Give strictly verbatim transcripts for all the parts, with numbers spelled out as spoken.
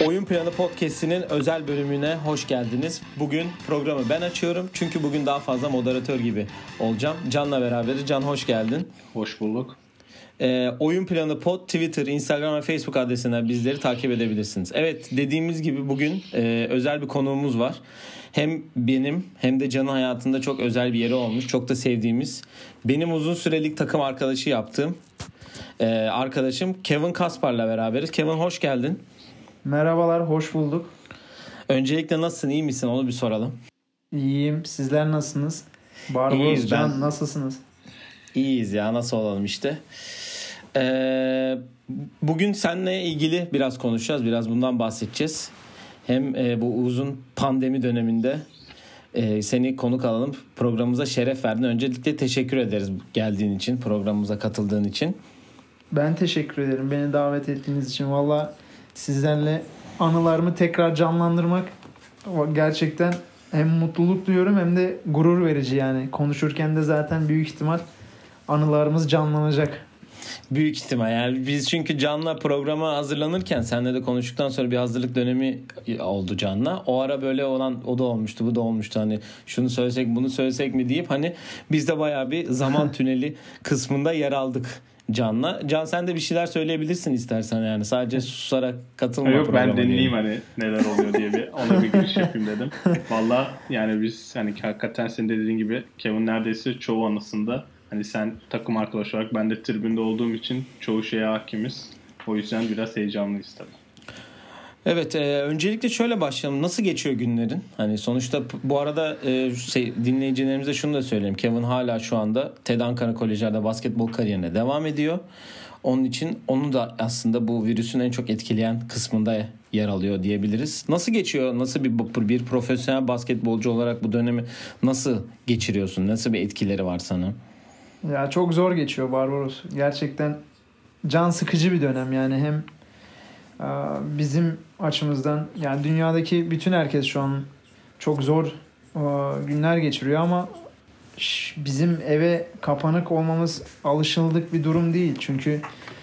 Oyun Planı Podcast'inin özel bölümüne hoş geldiniz. Bugün programı ben açıyorum. Çünkü bugün daha fazla moderatör gibi olacağım. Can'la beraberiz. Can hoş geldin. Hoş bulduk. Ee, Oyun Planı Pod, Twitter, Instagram ve Facebook adresinden bizleri takip edebilirsiniz. Evet, dediğimiz gibi bugün e, özel bir konuğumuz var. Hem benim hem de Can'ın hayatında çok özel bir yeri olmuş. Çok da sevdiğimiz, benim uzun sürelik takım arkadaşı yaptığım e, arkadaşım Kevin Kaspar'la beraberiz. Kevin hoş geldin. Merhabalar, hoş bulduk. Öncelikle nasılsın, iyi misin? Onu bir soralım. İyiyim, sizler nasılsınız? Barbaros, Can ben... nasılsınız? İyiyiz ya, nasıl olalım işte. Ee, bugün seninle ilgili biraz konuşacağız, biraz bundan bahsedeceğiz. Hem e, bu uzun pandemi döneminde e, seni konuk alalım, programımıza şeref verdin. Öncelikle teşekkür ederiz geldiğin için, programımıza katıldığın için. Ben teşekkür ederim beni davet ettiğiniz için. Valla sizlerle anılarımı tekrar canlandırmak gerçekten hem mutluluk duyuyorum hem de gurur verici yani. Konuşurken de zaten büyük ihtimal anılarımız canlanacak. Büyük ihtimal yani biz çünkü Can'la programa hazırlanırken seninle de konuştuktan sonra bir hazırlık dönemi oldu Can'la. O ara böyle olan o da olmuştu, bu da olmuştu, hani şunu söylesek bunu söylesek mi deyip hani biz de bayağı bir zaman tüneli kısmında yer aldık Can'la. Can sen de bir şeyler söyleyebilirsin istersen, yani sadece susarak katılma. Yok ben dinleyeyim hani neler oluyor diye bir ona bir giriş yapayım dedim. Valla yani biz hani hakikaten senin de dediğin gibi Kevin neredeyse çoğu anısında hani sen takım arkadaşı olarak ben de tribünde olduğum için çoğu şeye hakimiz. O yüzden biraz heyecanlıyız tabii. Evet, e, öncelikle şöyle başlayalım. Nasıl geçiyor günlerin? Hani sonuçta bu arada e, şey, dinleyicilerimize şunu da söyleyeyim. Kevin hala şu anda TED Ankara Kolejler'de basketbol kariyerine devam ediyor. Onun için onu da aslında bu virüsün en çok etkileyen kısmında yer alıyor diyebiliriz. Nasıl geçiyor? Nasıl bir bir profesyonel basketbolcu olarak bu dönemi nasıl geçiriyorsun? Nasıl bir etkileri var sana? Ya çok zor geçiyor Barbaros. Gerçekten can sıkıcı bir dönem yani. Hem bizim açımızdan yani dünyadaki bütün herkes şu an çok zor günler geçiriyor ama bizim eve kapanık olmamız alışıldık bir durum değil. Çünkü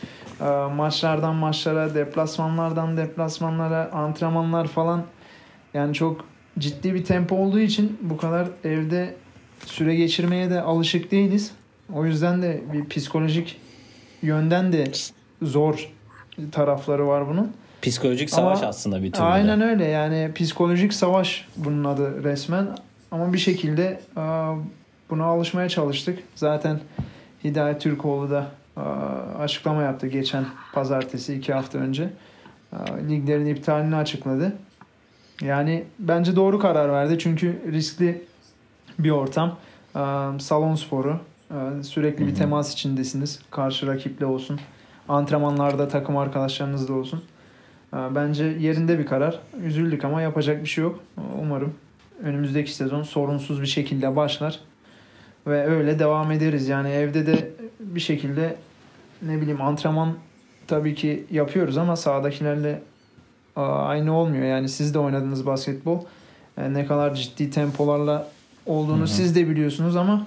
maçlardan maçlara, deplasmanlardan deplasmanlara, antrenmanlar falan yani çok ciddi bir tempo olduğu için bu kadar evde süre geçirmeye de alışık değiliz. O yüzden de bir psikolojik yönden de zor tarafları var bunun. Psikolojik savaş ama aslında bir türlü. Aynen öyle yani psikolojik savaş bunun adı resmen. Ama bir şekilde buna alışmaya çalıştık. Zaten Hidayet Türkoğlu da açıklama yaptı geçen pazartesi iki hafta önce. Liglerin iptalini açıkladı. Yani bence doğru karar verdi. Çünkü riskli bir ortam. Salon sporu. Sürekli bir temas içindesiniz. Karşı rakiple olsun. Antrenmanlarda takım arkadaşlarınızla olsun. Bence yerinde bir karar. Üzüldük ama yapacak bir şey yok. Umarım önümüzdeki sezon sorunsuz bir şekilde başlar. Ve öyle devam ederiz. Yani evde de bir şekilde ne bileyim antrenman tabii ki yapıyoruz ama sahadakilerle aynı olmuyor. Yani siz de oynadınız basketbol. Yani ne kadar ciddi tempolarla olduğunu hı hı. siz de biliyorsunuz ama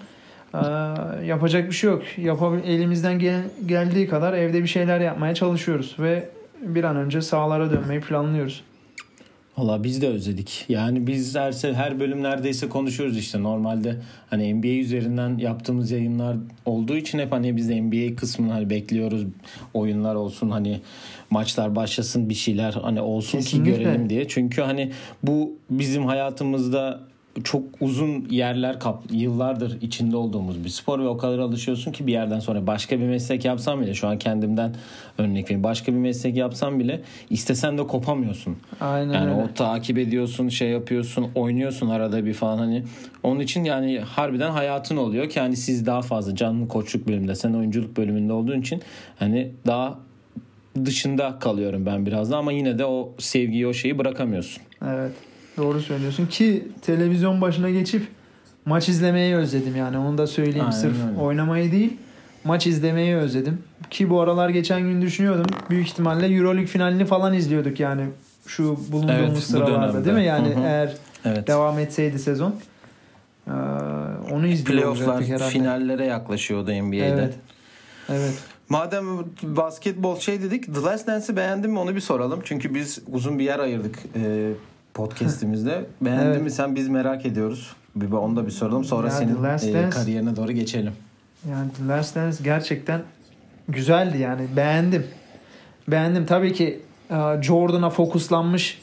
yapacak bir şey yok. Yapabil- elimizden gel- geldiği kadar evde bir şeyler yapmaya çalışıyoruz ve bir an önce sahalara dönmeyi planlıyoruz. Valla biz de özledik. Yani biz her her bölüm neredeyse konuşuyoruz işte. Normalde hani N B A üzerinden yaptığımız yayınlar olduğu için hep hani biz de N B A kısmını hani bekliyoruz. Oyunlar olsun, hani maçlar başlasın, bir şeyler hani olsun Kesinlikle. ki görelim diye. Çünkü hani bu bizim hayatımızda çok uzun yerler kap yıllardır içinde olduğumuz bir spor ve o kadar alışıyorsun ki bir yerden sonra başka bir meslek yapsam bile, şu an kendimden örnek vereyim, başka bir meslek yapsam bile istesen de kopamıyorsun. Aynen yani öyle. O takip ediyorsun, şey yapıyorsun, oynuyorsun arada bir falan, hani onun için yani harbiden hayatın oluyor ki hani siz daha fazla Can'ın koçluk bölümünde, sen oyunculuk bölümünde olduğun için hani daha dışında kalıyorum ben biraz da, ama yine de o sevgiyi, o şeyi bırakamıyorsun. Evet. Doğru söylüyorsun ki televizyon başına geçip maç izlemeyi özledim yani, onu da söyleyeyim. Aynen Sırf öyle. Oynamayı değil, maç izlemeyi özledim. Ki bu aralar geçen gün düşünüyordum, büyük ihtimalle Euroleague finalini falan izliyorduk yani şu bulunduğumuz evet, sıralarda değil mi? Yani Hı-hı. eğer evet. devam etseydi sezon onu izliyor olacaktık herhalde. Finallere yaklaşıyordu N B A'de. Evet. Evet. Madem basketbol şey dedik, The Last Dance'i beğendin mi onu bir soralım. Çünkü biz uzun bir yer ayırdık e, podcast'imizde. Beğendin evet. mi sen, biz merak ediyoruz. Bir onu da bir soralım. Sonra ya, senin e, kariyerine doğru geçelim. Yani The Last Dance gerçekten güzeldi yani. Beğendim. Beğendim. Tabii ki Jordan'a fokuslanmış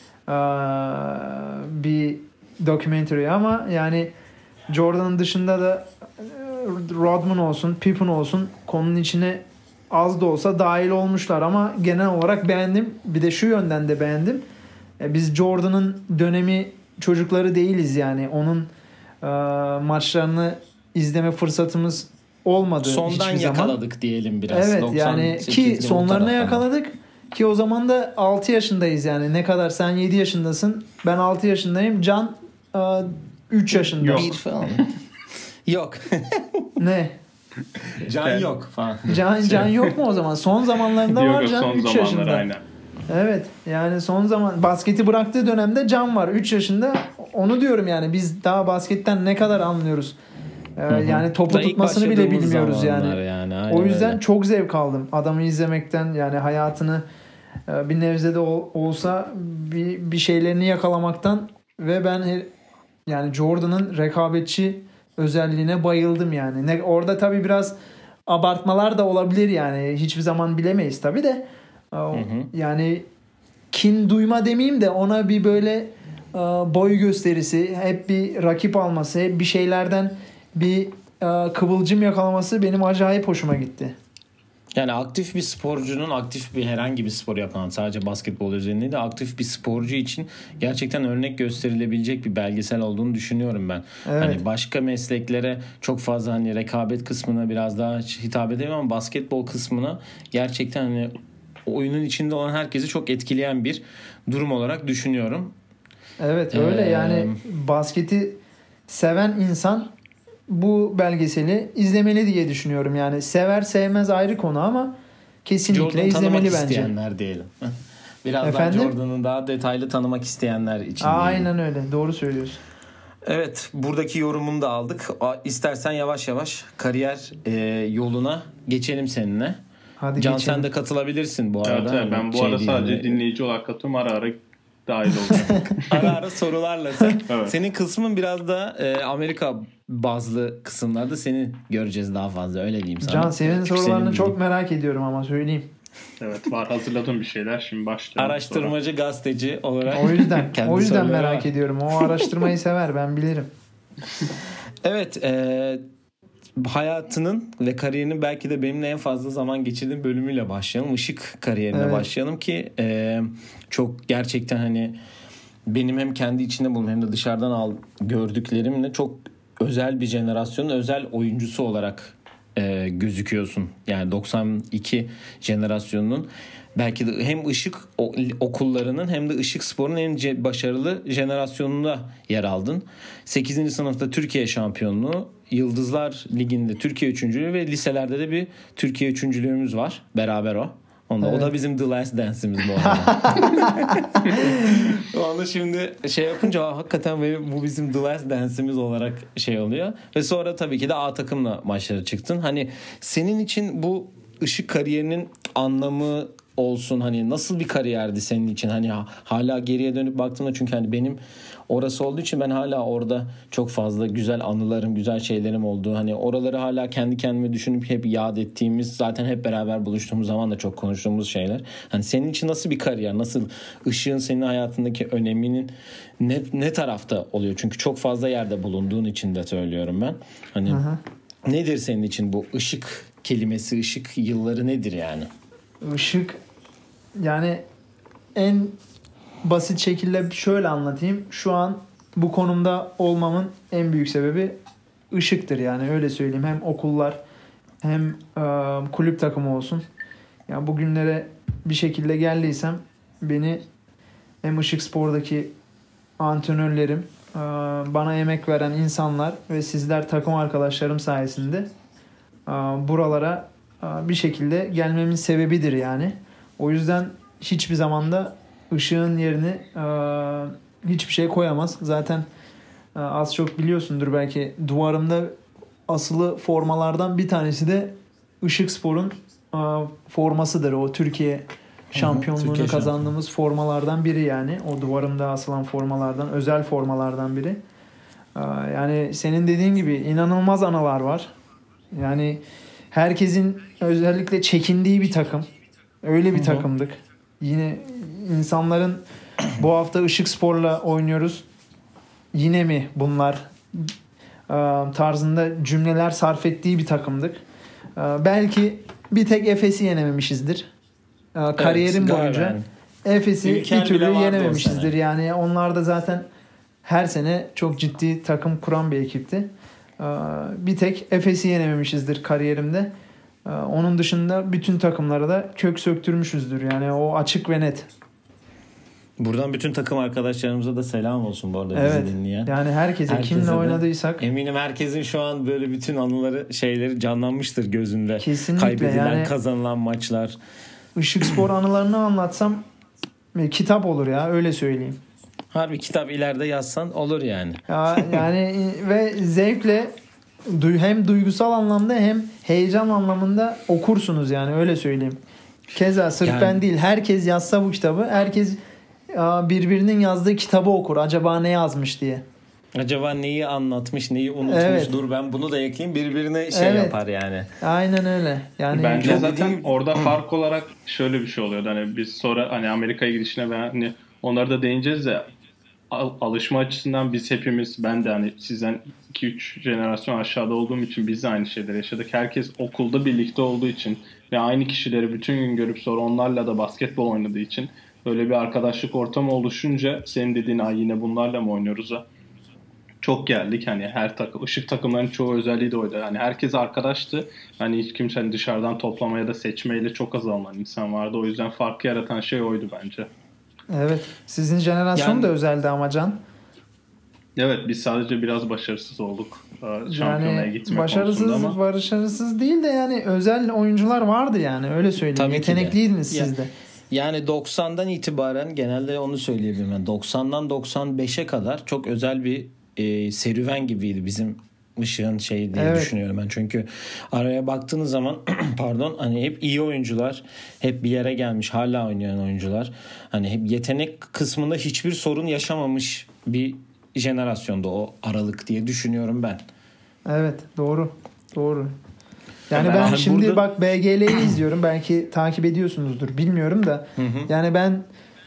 bir documentary ama yani Jordan'ın dışında da Rodman olsun, Pippen olsun konunun içine az da olsa dahil olmuşlar ama genel olarak beğendim. Bir de şu yönden de beğendim. Biz Jordan'ın dönemi çocukları değiliz yani. Onun maçlarını izleme fırsatımız olmadı sondan hiçbir zaman. yakaladık diyelim biraz. Evet yani ki sonlarına yakaladık ki o zaman da altı yaşındayız yani. Ne kadar sen yedi yaşındasın, ben altı yaşındayım. Can üç yaşında. Yok. Bir falan. Yok. Ne? Can yok falan. Can Can yok mu o zaman? Son zamanlarında yok, var Can üç yaşında. Aynen. Evet yani son zaman basketi bıraktığı dönemde Can var üç yaşında. Onu diyorum yani biz daha basketten ne kadar anlıyoruz. Ee, yani topu tutmasını bile bilmiyoruz yani. yani o yüzden öyle. Çok zevk aldım adamı izlemekten yani hayatını bir nebze de olsa bir, bir şeylerini yakalamaktan ve ben her, yani Jordan'ın rekabetçi özelliğine bayıldım yani. Ne, orada tabii biraz abartmalar da olabilir yani hiçbir zaman bilemeyiz tabii de hı hı. Yani kin duyma demeyeyim de ona bir böyle boy gösterisi, hep bir rakip alması, hep bir şeylerden bir kıvılcım yakalaması benim acayip hoşuma gitti. Yani aktif bir sporcunun, aktif bir herhangi bir spor yapan, sadece basketbol özelliğinde de aktif bir sporcu için gerçekten örnek gösterilebilecek bir belgesel olduğunu düşünüyorum ben. Evet. Hani başka mesleklere çok fazla hani rekabet kısmına biraz daha hitap edeyim ama basketbol kısmına gerçekten hani oyunun içinde olan herkesi çok etkileyen bir durum olarak düşünüyorum. Evet öyle ee... yani basketi seven insan bu belgeseli izlemeli diye düşünüyorum. Yani sever sevmez ayrı konu ama kesinlikle Jordan izlemeli bence. Jordan'ı tanımak isteyenler diyelim. Biraz Efendim? daha Jordan'ı daha detaylı tanımak isteyenler için. Aynen diyelim. Öyle. Doğru söylüyorsun. Evet, buradaki yorumunu da aldık. İstersen yavaş yavaş kariyer e, yoluna geçelim seninle. Hadi Can geçelim. Sen de katılabilirsin bu arada. Evet, ben bu şey arada sadece yani. dinleyici olarak katılıyorum. Ara ara dahil olacağım. ara ara sorularla sen. Evet. Senin kısmın biraz da e, Amerika bazlı kısımlarda seni göreceğiz daha fazla, öyle diyeyim sana. Can senin Çünkü sorularını senin çok merak ediyorum ama söyleyeyim. Evet var, hazırladım bir şeyler, şimdi başlayalım. Araştırmacı sonra. Gazeteci olarak. O yüzden o yüzden merak var. ediyorum. O araştırmayı sever, ben bilirim. Evet e, hayatının ve kariyerinin belki de benimle en fazla zaman geçirdiğim bölümüyle başlayalım. Işık kariyerine evet. başlayalım ki e, çok gerçekten hani benim hem kendi içinde bulunduğum hem de dışarıdan al, gördüklerimle çok özel bir jenerasyonun özel oyuncusu olarak e, gözüküyorsun. Yani doksan iki jenerasyonunun belki de hem ışık okullarının hem de ışık sporunun en başarılı jenerasyonunda yer aldın. sekizinci sınıfta Türkiye şampiyonluğu, Yıldızlar Ligi'nde Türkiye üçüncülüğü ve liselerde de bir Türkiye üçüncülüğümüz var. Beraber o. Onda, evet. O da bizim The Last Dance'imiz bu arada. Onu şimdi şey yapınca hakikaten bu bizim The Last Dance'imiz olarak şey oluyor. Ve sonra tabii ki de A takımla maçlara çıktın. Hani senin için bu ışık kariyerinin anlamı olsun, hani nasıl bir kariyerdi senin için? Hani hala geriye dönüp baktığımda, çünkü hani benim orası olduğu için ben hala orada çok fazla güzel anılarım, güzel şeylerim oldu. Hani oraları hala kendi kendime düşünüp hep yad ettiğimiz, zaten hep beraber buluştuğumuz zaman da çok konuştuğumuz şeyler. Hani senin için nasıl bir kariyer? Nasıl, ışığın senin hayatındaki öneminin ne, ne tarafta oluyor? Çünkü çok fazla yerde bulunduğun için de söylüyorum ben. Hani Aha. nedir senin için bu ışık kelimesi, ışık yılları nedir yani? Işık yani en basit şekilde şöyle anlatayım. Şu an bu konumda olmamın en büyük sebebi ışıktır, yani öyle söyleyeyim. Hem okullar hem e, kulüp takımı olsun. Yani bugünlere bir şekilde geldiysem beni hem Işık Spor'daki antrenörlerim, e, bana emek veren insanlar ve sizler takım arkadaşlarım sayesinde e, buralara e, bir şekilde gelmemin sebebidir yani. O yüzden hiçbir zamanda ışığın yerini e, hiçbir şey koyamaz. Zaten e, az çok biliyorsundur belki, duvarımda asılı formalardan bir tanesi de Işık Spor'un formasıdır o Türkiye şampiyonluğunu Türkiye kazandığımız şampiyon. Formalardan biri yani. O duvarımda asılan formalardan, özel formalardan biri. Yani senin dediğin gibi inanılmaz anılar var. Yani herkesin özellikle çekindiği bir takım. Öyle bir takımdık. Yine insanların bu hafta Işıkspor'la oynuyoruz. Yine mi bunlar tarzında cümleler sarf ettiği bir takımdık. Belki bir tek Efes'i yenememişizdir. Kariyerim evet, boyunca yani. Efes'i bir türlü yenememişizdir. Yani onlar da zaten her sene çok ciddi takım kuran bir ekipti. Bir tek Efes'i yenememişizdir kariyerimde. Onun dışında bütün takımlara da kök söktürmüşüzdür. Yani o açık ve net. Buradan bütün takım arkadaşlarımıza da selam olsun bu arada evet, bizi dinleyen. Yani herkese, herkese kimle oynadıysak. Eminim herkesin şu an böyle bütün anıları şeyleri canlanmıştır gözünde. Kesinlikle. Kaybedilen, yani, kazanılan maçlar. Işıkspor anılarını anlatsam kitap olur ya, öyle söyleyeyim. Harbi kitap ileride yazsan olur yani. Ya, yani ve zevkle hem duygusal anlamda hem heyecan anlamında okursunuz yani, öyle söyleyeyim. Keza sırf yani, ben değil, herkes yazsa bu kitabı, herkes birbirinin yazdığı kitabı okur. Acaba ne yazmış diye. Acaba neyi anlatmış, neyi unutmuş, evet. Dur ben bunu da ekleyeyim, birbirine şey evet. yapar yani. Aynen öyle. Yani bence zaten dediğim... orada fark olarak şöyle bir şey oluyordu. Hani biz sonra hani Amerika'ya gidişine ben hani onları da değineceğiz de alışma açısından biz hepimiz, ben de hani sizden iki üç jenerasyon aşağıda olduğum için biz de aynı şeyleri yaşadık. Herkes okulda birlikte olduğu için ve aynı kişileri bütün gün görüp sonra onlarla da basketbol oynadığı için böyle bir arkadaşlık ortamı oluşunca senin dediğin ay yine bunlarla mı oynuyoruz ha? Çok geldik hani her takım, ışık takımların çoğu özelliği de oydu. Hani herkes arkadaştı. Hani hiç kimsenin dışarıdan toplama ya da seçmeyle çok az alınan insan vardı. O yüzden farkı yaratan şey oydu bence. Evet. Sizin jenerasyon yani, da özeldi ama Can. Evet, biz sadece biraz başarısız olduk. Şampiyonaya yani gitme başarısız, ama. Başarısız değil de yani özel oyuncular vardı yani, öyle söyleyeyim. Tabii yetenekliydiniz siz de. Yani doksandan itibaren genelde onu söyleyebilirim. Yani doksandan doksan beşe kadar çok özel bir e, serüven gibiydi bizim Işık'ın şeyi diye evet. düşünüyorum ben. Çünkü araya baktığınız zaman pardon hani hep iyi oyuncular, hep bir yere gelmiş, hala oynayan oyuncular. Hani hep yetenek kısmında hiçbir sorun yaşamamış bir jenerasyonda o aralık diye düşünüyorum ben. Evet, doğru. Doğru. Yani ben, ben şimdi burada... bak B G L'yi izliyorum. Belki takip ediyorsunuzdur. Bilmiyorum da. Hı hı. Yani ben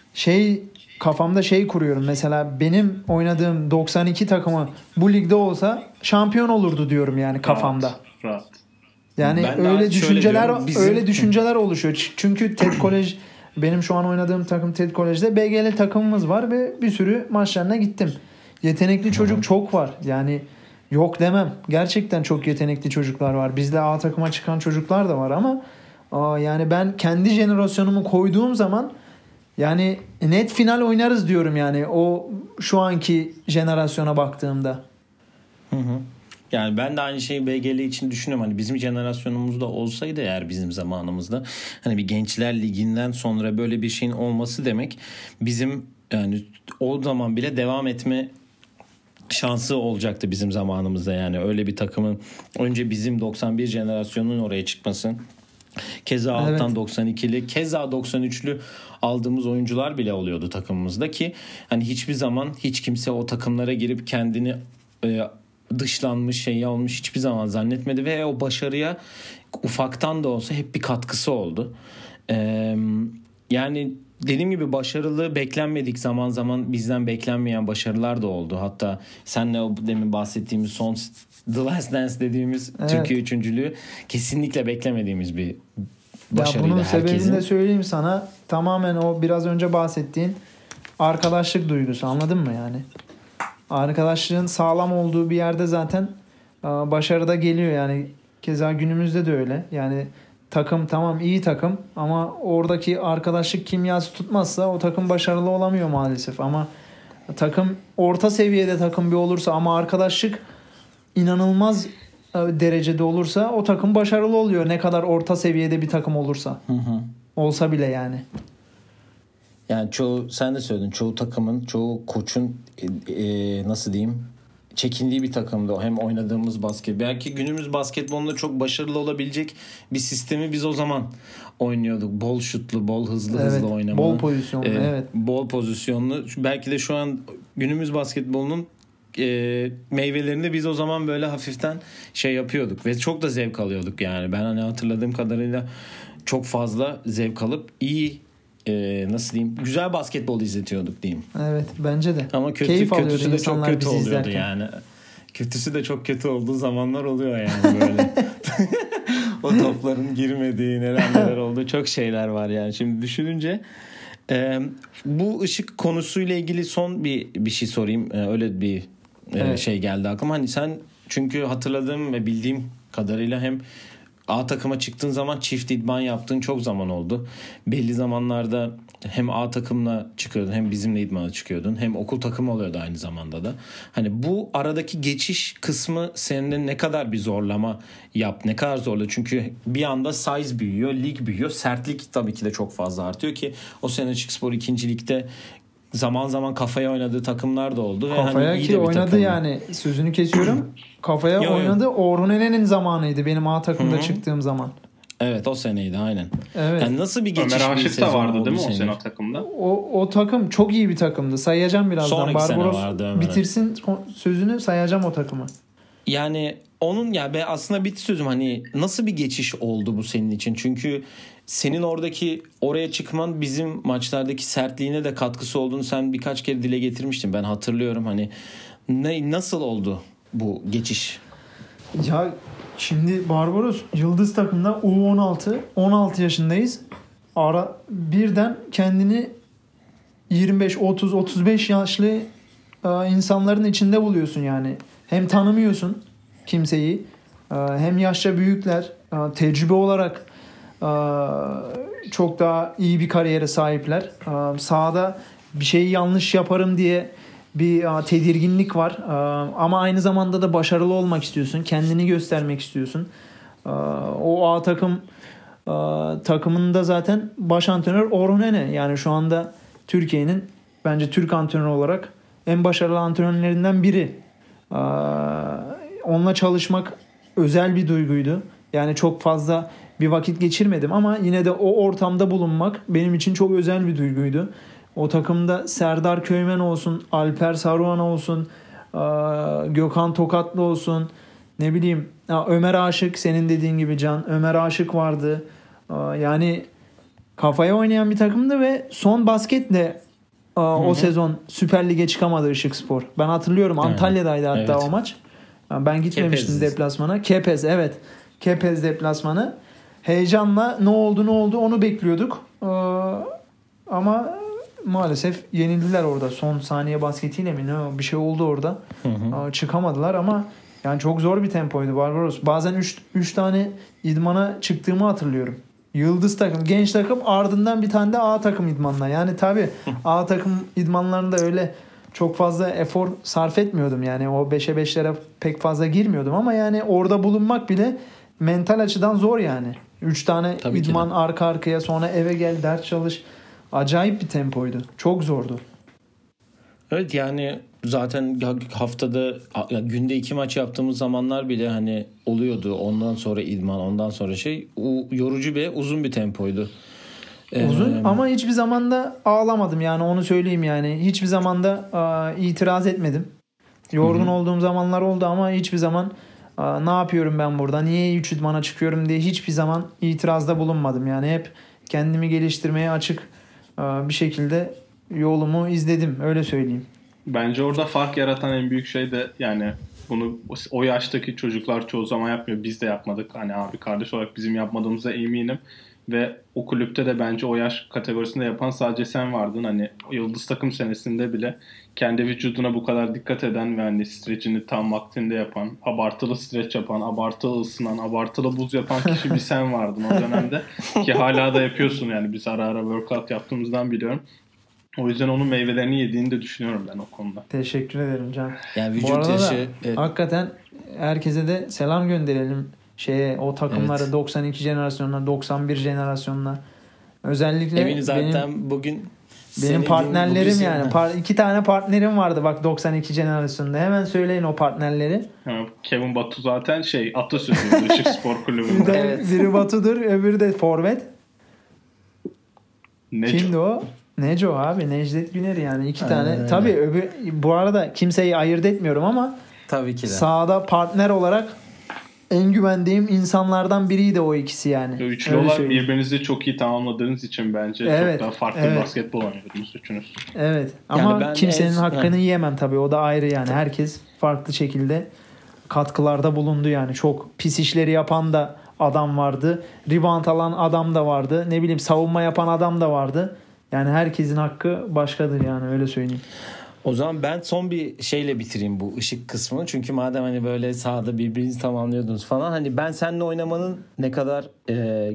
şey kafamda şey kuruyorum. Mesela benim oynadığım doksan iki takımı bu ligde olsa şampiyon olurdu diyorum yani kafamda. Rahat. rahat. Yani ben öyle düşünceler diyorum, bizim... öyle düşünceler oluşuyor. Çünkü TED College, benim şu an oynadığım takım TED College'de B G L takımımız var ve bir sürü maçlarına gittim. Yetenekli çocuk hı hı. çok var. Yani yok demem. Gerçekten çok yetenekli çocuklar var. Bizde A takıma çıkan çocuklar da var ama aa, yani ben kendi jenerasyonumu koyduğum zaman yani net final oynarız diyorum yani o şu anki jenerasyona baktığımda. Hı hı. Yani ben de aynı şeyi B G L için düşünüyorum. Hani bizim jenerasyonumuzda olsaydı eğer bizim zamanımızda hani bir Gençler Ligi'nden sonra böyle bir şeyin olması demek bizim yani o zaman bile devam etme şansı olacaktı bizim zamanımızda. Yani öyle bir takımın önce bizim doksan bir jenerasyonunun oraya çıkması, keza alttan evet. doksan ikili, keza doksan üçlü aldığımız oyuncular bile oluyordu takımımızda ki hani hiçbir zaman hiç kimse o takımlara girip kendini e, dışlanmış şey olmuş hiçbir zaman zannetmedi ve o başarıya ufaktan da olsa hep bir katkısı oldu. Ee, yani dediğim gibi başarılı beklenmedik, zaman zaman bizden beklenmeyen başarılar da oldu. Hatta senle o demin bahsettiğimiz son The Last Dance dediğimiz evet. Türkiye üçüncülüğü kesinlikle beklemediğimiz bir başarıydı bunun herkesin. Bunun sebebini de söyleyeyim sana. Tamamen o biraz önce bahsettiğin arkadaşlık duygusu, anladın mı yani? Arkadaşlığın sağlam olduğu bir yerde zaten başarı da geliyor yani. Keza günümüzde de öyle. Yani takım tamam iyi takım ama oradaki arkadaşlık kimyası tutmazsa o takım başarılı olamıyor maalesef. Ama takım orta seviyede takım bir olursa ama arkadaşlık inanılmaz derecede olursa o takım başarılı oluyor. Ne kadar orta seviyede bir takım olursa. Hı hı. Olsa bile yani. Yani çoğu, sen de söyledin, çoğu takımın, çoğu koçun e, e, nasıl diyeyim çekindiği bir takımdı o. Hem oynadığımız basket. Belki günümüz basketbolunda çok başarılı olabilecek bir sistemi biz o zaman oynuyorduk. Bol şutlu, bol hızlı evet, hızlı oynamalı. Bol pozisyonlu, ee, evet. Bol pozisyonlu. Belki de şu an günümüz basketbolunun e, meyvelerini biz o zaman böyle hafiften şey yapıyorduk ve çok da zevk alıyorduk yani. Ben hani hatırladığım kadarıyla çok fazla zevk alıp iyi e, nasıl diyeyim, güzel basketbol izletiyorduk diyeyim. Evet, bence de. Ama kötü, Keyif kötüsü de çok kötü oluyordu izlerken. yani. Kötüsü de çok kötü olduğu zamanlar oluyor yani böyle. O topların girmediği, neler neler olduğu çok şeyler var yani. Şimdi düşününce e, bu ışık konusuyla ilgili son bir bir şey sorayım. E, öyle bir e, evet. şey geldi aklıma. Hani sen, çünkü hatırladığım ve bildiğim kadarıyla hem A takıma çıktığın zaman çift idman yaptığın çok zaman oldu. Belli zamanlarda hem A takımla çıkıyordun, hem bizimle idmana çıkıyordun, hem okul takımı oluyordu aynı zamanda da. Hani bu aradaki geçiş kısmı senin ne kadar bir zorlama yap, ne kadar zorla? Çünkü bir anda size büyüyor, lig büyüyor, sertlik tabii ki de çok fazla artıyor ki o sene Açıkspor ikinci ligde zaman zaman kafaya oynadığı takımlar da oldu. Kafaya hani ki oynadı takımdı. Yani sözünü kesiyorum. Kafaya yo, oynadı. Yo. Orhun Eren'in zamanıydı benim A takımda Hı-hı. çıktığım zaman. Evet, o seneydi aynen. Evet. Yani nasıl bir geçiş Ömer bir Aşık da vardı değil mi senin? o sene o takımda? O, o takım çok iyi bir takımdı. Sayacağım birazdan. Sonraki Barbaros sene vardı Ömer. Bitirsin sözünü, sayacağım o takımı. Yani onun ya ben aslında bitti sözüm, hani nasıl bir geçiş oldu bu senin için? Çünkü senin oradaki oraya çıkman bizim maçlardaki sertliğine de katkısı olduğunu sen birkaç kere dile getirmiştin. Ben hatırlıyorum, hani ne, nasıl oldu bu geçiş? Ya şimdi Barbaros Yıldız takımda U on altı on altı yaşındayız. Ara birden kendini yirmi beş otuz otuz beş yaşlı insanların içinde buluyorsun yani. Hem tanımıyorsun kimseyi, hem yaşça büyükler, tecrübe olarak çok daha iyi bir kariyere sahipler. Sahada bir şeyi yanlış yaparım diye bir tedirginlik var. Ama aynı zamanda da başarılı olmak istiyorsun. Kendini göstermek istiyorsun. O A takım takımında zaten baş antrenör Orhun Ene. Yani şu anda Türkiye'nin bence Türk antrenör olarak en başarılı antrenörlerinden biri. Onunla çalışmak özel bir duyguydu. Yani çok fazla bir vakit geçirmedim ama yine de o ortamda bulunmak benim için çok özel bir duyguydu. O takımda Serdar Köymen olsun, Alper Saruhan olsun, Gökhan Tokatlı olsun, ne bileyim Ömer Aşık, senin dediğin gibi Can, Ömer Aşık vardı. Yani kafaya oynayan bir takımdı ve son basketle o Hı-hı. sezon Süper Lig'e çıkamadı Işıkspor. Ben hatırlıyorum, Antalya'daydı hatta evet. o maç. Ben gitmemiştim Kepez. deplasmana. Kepez, evet. Kepez deplasmanı. Heyecanla ne oldu ne oldu onu bekliyorduk. Ee, ama maalesef yenildiler orada. Son saniye basketiyle mi ne bir şey oldu orada. Hı hı. Ee, çıkamadılar ama yani çok zor bir tempoydu Barbaros. Bazen üç tane idmana çıktığımı hatırlıyorum. Yıldız takım, genç takım, ardından bir tane de A takım idmanına. Yani tabii A takım idmanlarında öyle çok fazla efor sarf etmiyordum. Yani o beşe beşlere pek fazla girmiyordum ama yani orada bulunmak bile mental açıdan zor yani. üç tane Tabii idman arka arkaya, sonra eve gel, ders çalış. Acayip bir tempoydu. Çok zordu. Evet, yani zaten haftada günde iki maç yaptığımız zamanlar bile hani oluyordu. Ondan sonra idman, ondan sonra şey, yorucu ve uzun bir tempoydu. Uzun ee, ama hiçbir zamanda ağlamadım yani, onu söyleyeyim yani. Hiçbir zamanda a, itiraz etmedim. Yorgun hı. olduğum zamanlar oldu ama hiçbir zaman a, ne yapıyorum ben burada, niye üç idmana çıkıyorum diye hiçbir zaman itirazda bulunmadım. Yani hep kendimi geliştirmeye açık a, bir şekilde yolumu izledim, öyle söyleyeyim. Bence orada fark yaratan en büyük şey de yani bunu o yaştaki çocuklar çoğu zaman yapmıyor. Biz de yapmadık. Hani abi kardeş olarak bizim yapmadığımıza eminim. Ve o kulüpte de bence o yaş kategorisinde yapan sadece sen vardın. Hani Yıldız takım senesinde bile kendi vücuduna bu kadar dikkat eden ve hani stretchini tam vaktinde yapan, abartılı stretch yapan, abartılı ısınan, abartılı buz yapan kişi bir sen vardın o dönemde. Ki hala da yapıyorsun yani, biz ara ara workout yaptığımızdan biliyorum. O yüzden onun meyvelerini yediğini de düşünüyorum ben o konuda. Teşekkür ederim Can. Yani vücut bu arada yaşı, da evet. hakikaten herkese de selam gönderelim. Şeye, o takımları evet. doksan iki jenerasyonuna, doksan bir jenerasyonuna. Özellikle Eminim zaten benim... bugün Benim partnerlerim yani. Par- iki tane partnerim vardı bak doksan iki jenerasyonunda. Hemen söyleyin o partnerleri. Ha, Kevin Batu zaten şey atasözüydü Işık Spor Kulübü'nde. Evet. Biri Batu'dur, öbürü de forvet. Neco. Kimdi o? Neco abi. Necdet Güner yani. iki tane. Aynen. Tabii öbür, bu arada kimseyi ayırt etmiyorum ama Tabii ki de. sahada partner olarak en güvendiğim insanlardan biriydi o ikisi yani. Üçlü Öyle olarak söyleyeyim. birbirinizi çok iyi tamamladığınız için bence Evet, çok daha farklı evet. basketbol oynuyordunuz üçünüz. Evet. Yani Ama ben kimsenin en- hakkını He. yiyemem tabii. O da ayrı yani. Herkes farklı şekilde katkılarda bulundu yani. Çok pis işleri yapan da adam vardı. Rebound alan adam da vardı. Ne bileyim savunma yapan adam da vardı. Yani herkesin hakkı başkadır yani öyle söyleyeyim. O zaman ben son bir şeyle bitireyim bu ışık kısmını. Çünkü madem hani böyle sahada birbirinizi tamamlıyordunuz falan. Hani ben seninle oynamanın ne kadar e,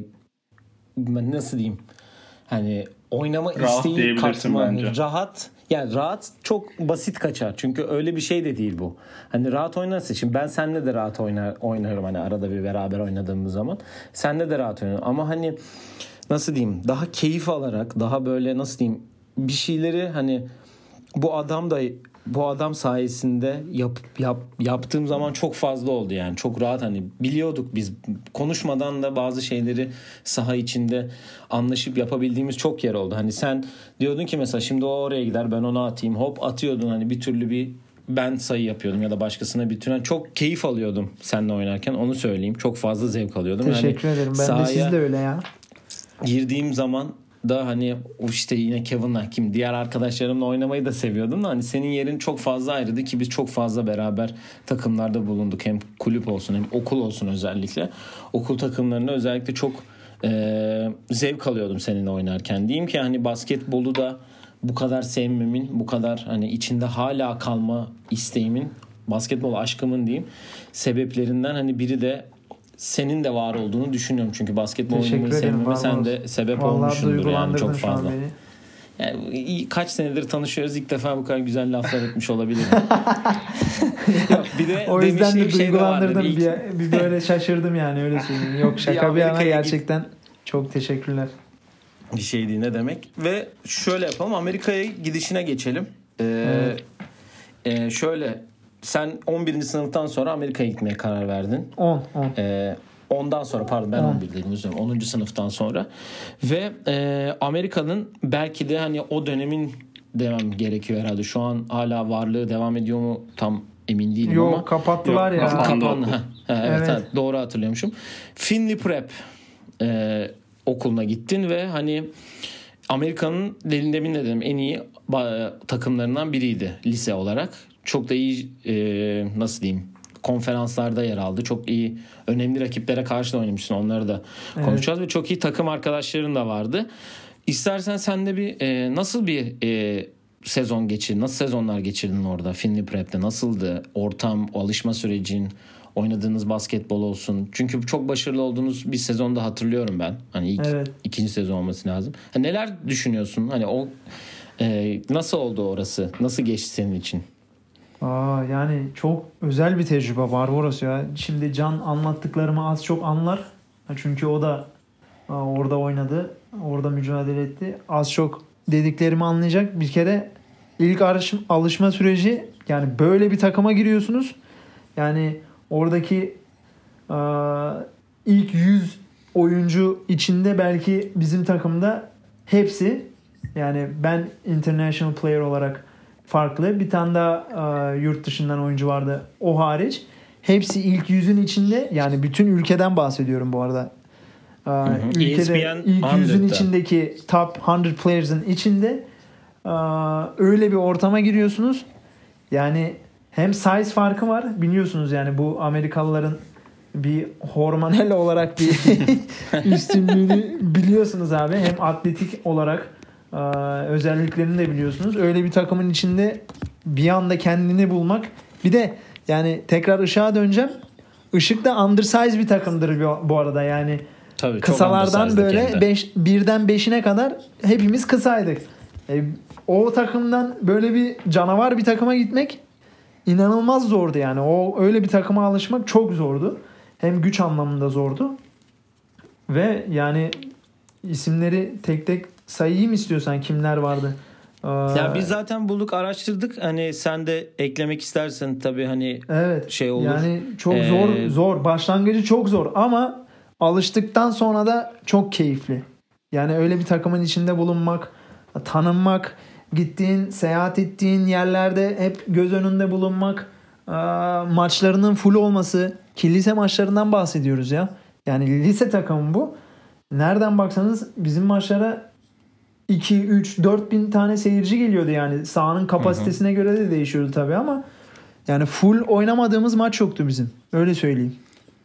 nasıl diyeyim? Hani oynama Rahat isteği diyebilirsin katma. bence. Rahat. Yani rahat çok basit kaçar. Çünkü öyle bir şey de değil bu. Hani rahat oynarsın. Şimdi ben seninle de rahat oynar, oynarım. Hani arada bir beraber oynadığımız zaman. Seninle de rahat oynarım. Ama hani nasıl diyeyim? Daha keyif alarak, daha böyle nasıl diyeyim? Bir şeyleri hani bu adam da bu adam sayesinde yap, yap, yaptığım zaman çok fazla oldu yani. Çok rahat hani biliyorduk biz. Konuşmadan da bazı şeyleri saha içinde anlaşıp yapabildiğimiz çok yer oldu. Hani sen diyordun ki mesela şimdi o oraya gider ben ona atayım. Hop atıyordun hani bir türlü bir ben sayı yapıyordum ya da başkasına bir türlü. Çok keyif alıyordum seninle oynarken onu söyleyeyim. Çok fazla zevk alıyordum. Teşekkür yani ederim. Ben de sahaya siz de öyle ya. girdiğim zaman da hani işte yine Kevin'la kim diğer arkadaşlarımla oynamayı da seviyordum da hani senin yerin çok fazla ayrıydı ki biz çok fazla beraber takımlarda bulunduk. Hem kulüp olsun hem okul olsun özellikle. Okul takımlarında özellikle çok e, zevk alıyordum seninle oynarken. Diyeyim ki hani basketbolu da bu kadar sevmemin, bu kadar hani içinde hala kalma isteğimin, basketbol aşkımın diyeyim sebeplerinden hani biri de senin de var olduğunu düşünüyorum. Çünkü basketbol oynamayı sevmeme sen de sebep Vallahi olmuşsundur yani çok şu an fazla. beni. Yani iyi- kaç senedir tanışıyoruz ilk defa bu kadar güzel laflar etmiş olabilirim. Yok, bir de O yüzden de demiştiğim şey de vardı. duygulandırdım. İlk- Bir, bir böyle şaşırdım yani öyle söyleyeyim. Yok şaka bir yana Amerika'ya git- gerçekten çok teşekkürler. Bir şey değil ne demek. Ve şöyle yapalım Amerika'ya gidişine geçelim. Ee, Evet. e, şöyle sen on birinci sınıftan sonra Amerika'ya gitmeye karar verdin. on on. Ee, ondan sonra pardon ben On. on bir dedim özür dilerim. onuncu sınıftan sonra ve e, Amerika'nın belki de hani o dönemin demem gerekiyor herhalde. Şu an hala varlığı devam ediyor mu tam emin değilim Yok ama. kapattılar Yok, ya. kapandı. Kapandı. Ha, ha, evet, Evet. evet, doğru hatırlıyormuşum. Finley Prep e, okuluna gittin ve hani Amerika'nın demin demin de dedim en iyi ba- takımlarından biriydi lise olarak. Çok da iyi e, nasıl diyeyim konferanslarda yer aldı. Çok iyi önemli rakiplere karşı da oynamışsın. Onları da Evet. konuşacağız ve çok iyi takım arkadaşların da vardı. İstersen sen de bir e, nasıl bir e, sezon geçirdin? Nasıl sezonlar geçirdin orada Finley Prep'te? Nasıldı ortam, alışma sürecin, oynadığınız basketbol olsun? Çünkü çok başarılı olduğunuz bir sezonda hatırlıyorum ben. Hani ilk Evet. ikinci sezon olması lazım. Ha, neler düşünüyorsun? Hani o e, nasıl oldu orası? Nasıl geçti senin için? Aa, yani çok özel bir tecrübe var orası ya. Şimdi Can anlattıklarımı az çok anlar. Çünkü o da aa, orada oynadı. Orada mücadele etti. Az çok dediklerimi anlayacak. Bir kere ilk alışma, alışma süreci yani böyle bir takıma giriyorsunuz. Yani oradaki aa, ilk yüz oyuncu içinde belki bizim takımda hepsi yani ben international player olarak farklı. Bir tane daha e, yurt dışından oyuncu vardı. O hariç. Hepsi ilk yüzün içinde. Yani bütün ülkeden bahsediyorum bu arada. E, hı. ülkede E S P N ilk yüzün yüzde. içindeki top yüz players'ın içinde e, öyle bir ortama giriyorsunuz. Yani hem size farkı var. Biliyorsunuz yani bu Amerikalıların bir hormonal olarak bir üstünlüğünü biliyorsunuz abi. Hem atletik olarak Ee, özelliklerini de biliyorsunuz. Öyle bir takımın içinde bir anda kendini bulmak. Bir de yani tekrar Işık'a döneceğim. Işık da undersize bir takımdır bu arada. Yani Tabii, çok kısalardan undersized böyle hem de. beş, birden beşine kadar hepimiz kısaydık. E, o takımdan böyle bir canavar bir takıma gitmek inanılmaz zordu yani. O öyle bir takıma alışmak çok zordu. Hem güç anlamında zordu. Ve yani isimleri tek tek sayayım istiyorsan kimler vardı. Ya biz zaten bulduk, araştırdık. Hani sen de eklemek istersen tabii hani evet, şey olur. Yani çok Ee, zor zor. Başlangıcı çok zor ama alıştıktan sonra da çok keyifli. Yani öyle bir takımın içinde bulunmak, tanınmak, gittiğin, seyahat ettiğin yerlerde hep göz önünde bulunmak, maçlarının full olması, ki lise maçlarından bahsediyoruz ya. Yani lise takımı bu. Nereden baksanız bizim maçlara iki, üç, dört bin tane seyirci geliyordu yani. Sahanın kapasitesine hı hı. göre de değişiyordu tabii ama yani full oynamadığımız maç yoktu bizim. Öyle söyleyeyim.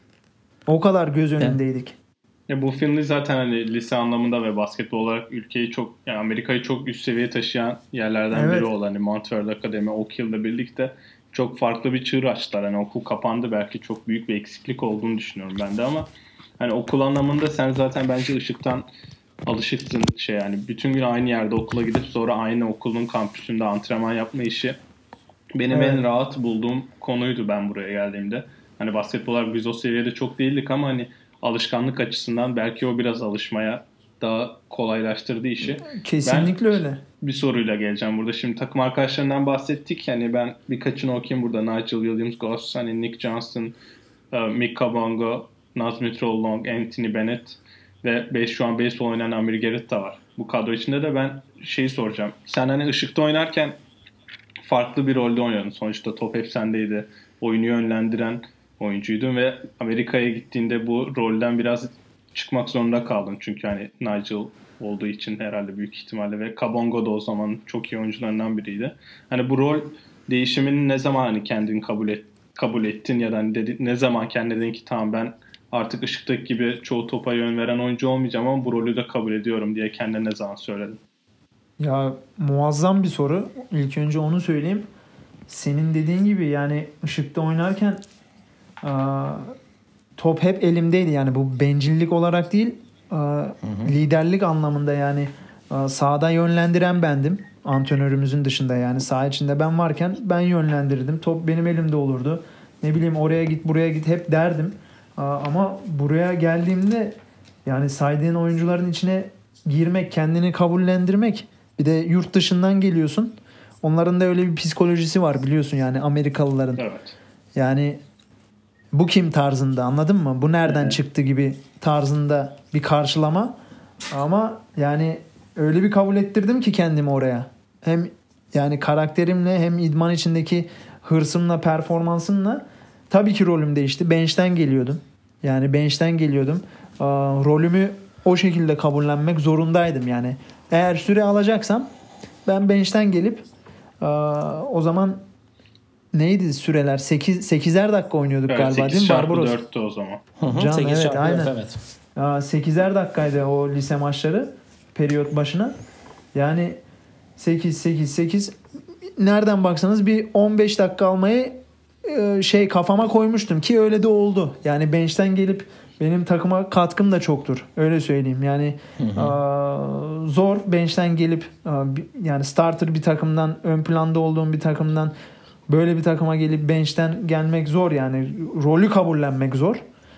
O kadar göz önündeydik. Ya bu Finley zaten hani lise anlamında ve basketbol olarak ülkeyi çok, yani Amerika'yı çok üst seviyeye taşıyan yerlerden evet. biri oldu. Hani Montreal Akademi, Oak Hill'le birlikte çok farklı bir çığır açtılar. Hani okul kapandı, belki çok büyük bir eksiklik olduğunu düşünüyorum ben de ama hani okul anlamında sen zaten bence ışıktan alışıksın şey, yani bütün gün aynı yerde okula gidip sonra aynı okulun kampüsünde antrenman yapma işi benim evet. en rahat bulduğum konuydu ben buraya geldiğimde. Hani basketbol olarak biz o seviyede çok değildik ama hani alışkanlık açısından belki o biraz alışmaya daha kolaylaştırdı işi. Kesinlikle ben öyle. Bir soruyla geleceğim burada. Şimdi takım arkadaşlarından bahsettik. Yani ben birkaçını okuyayım burada. Nigel Williams-Goss, hani Nick Johnson, Mika Bongo, Nazmi Trollong, Anthony Bennett ve şu an baseball oynayan Amir Garrett da var. Bu kadro içinde de ben şeyi soracağım. Sen hani ışıkta oynarken farklı bir rolde oynuyordun. Sonuçta top hep sendeydi. Oyunu yönlendiren oyuncuydun ve Amerika'ya gittiğinde bu rolden biraz çıkmak zorunda kaldın. Çünkü hani Nigel olduğu için herhalde büyük ihtimalle ve Kabongo da o zaman çok iyi oyuncularından biriydi. Hani bu rol değişimini ne zaman hani kendini kabul et, kabul ettin ya da hani dedi, ne zaman kendine dedin ki tamam ben artık ışıktaki gibi çoğu topa yön veren oyuncu olmayacağım ama bu rolü de kabul ediyorum diye kendine ne zaman söyledin? Ya muazzam bir soru. İlk önce onu söyleyeyim. Senin dediğin gibi yani ışıkta oynarken a, top hep elimdeydi. Yani bu bencillik olarak değil, a, hı hı. liderlik anlamında yani a, sahada yönlendiren bendim. Antrenörümüzün dışında yani saha içinde ben varken ben yönlendirdim. Top benim elimde olurdu. Ne bileyim oraya git buraya git hep derdim. A, ama buraya geldiğimde yani saydığın oyuncuların içine girmek, kendini kabullendirmek. Bir de yurt dışından geliyorsun. Onların da öyle bir psikolojisi var biliyorsun yani Amerikalıların. Evet. Yani bu kim tarzında, anladın mı? Bu nereden evet. çıktı gibi tarzında bir karşılama. Ama yani öyle bir kabul ettirdim ki kendimi oraya. Hem yani karakterimle hem idman içindeki hırsımla, performansımla tabii ki rolüm değişti. Bench'ten geliyordum. Yani bench'ten geliyordum. Aa, rolümü o şekilde kabullenmek zorundaydım yani. Eğer süre alacaksam ben bench'ten gelip aa, o zaman neydi süreler? sekiz sekizer dakika oynuyorduk evet, galiba değil mi Barbaros? sekiz çarpı dörttü o zaman. Can evet aynen. Evet. Aa, sekizer dakikaydı o lise maçları periyot başına. Yani sekiz sekiz sekiz nereden baksanız bir on beş dakika almayı e, şey kafama koymuştum ki öyle de oldu. Yani bench'ten gelip benim takıma katkım da çoktur. Öyle söyleyeyim. Yani hı hı. A, zor bench'ten gelip a, yani starter bir takımdan, ön planda olduğum bir takımdan böyle bir takıma gelip bench'ten gelmek zor yani. Rolü kabullenmek zor.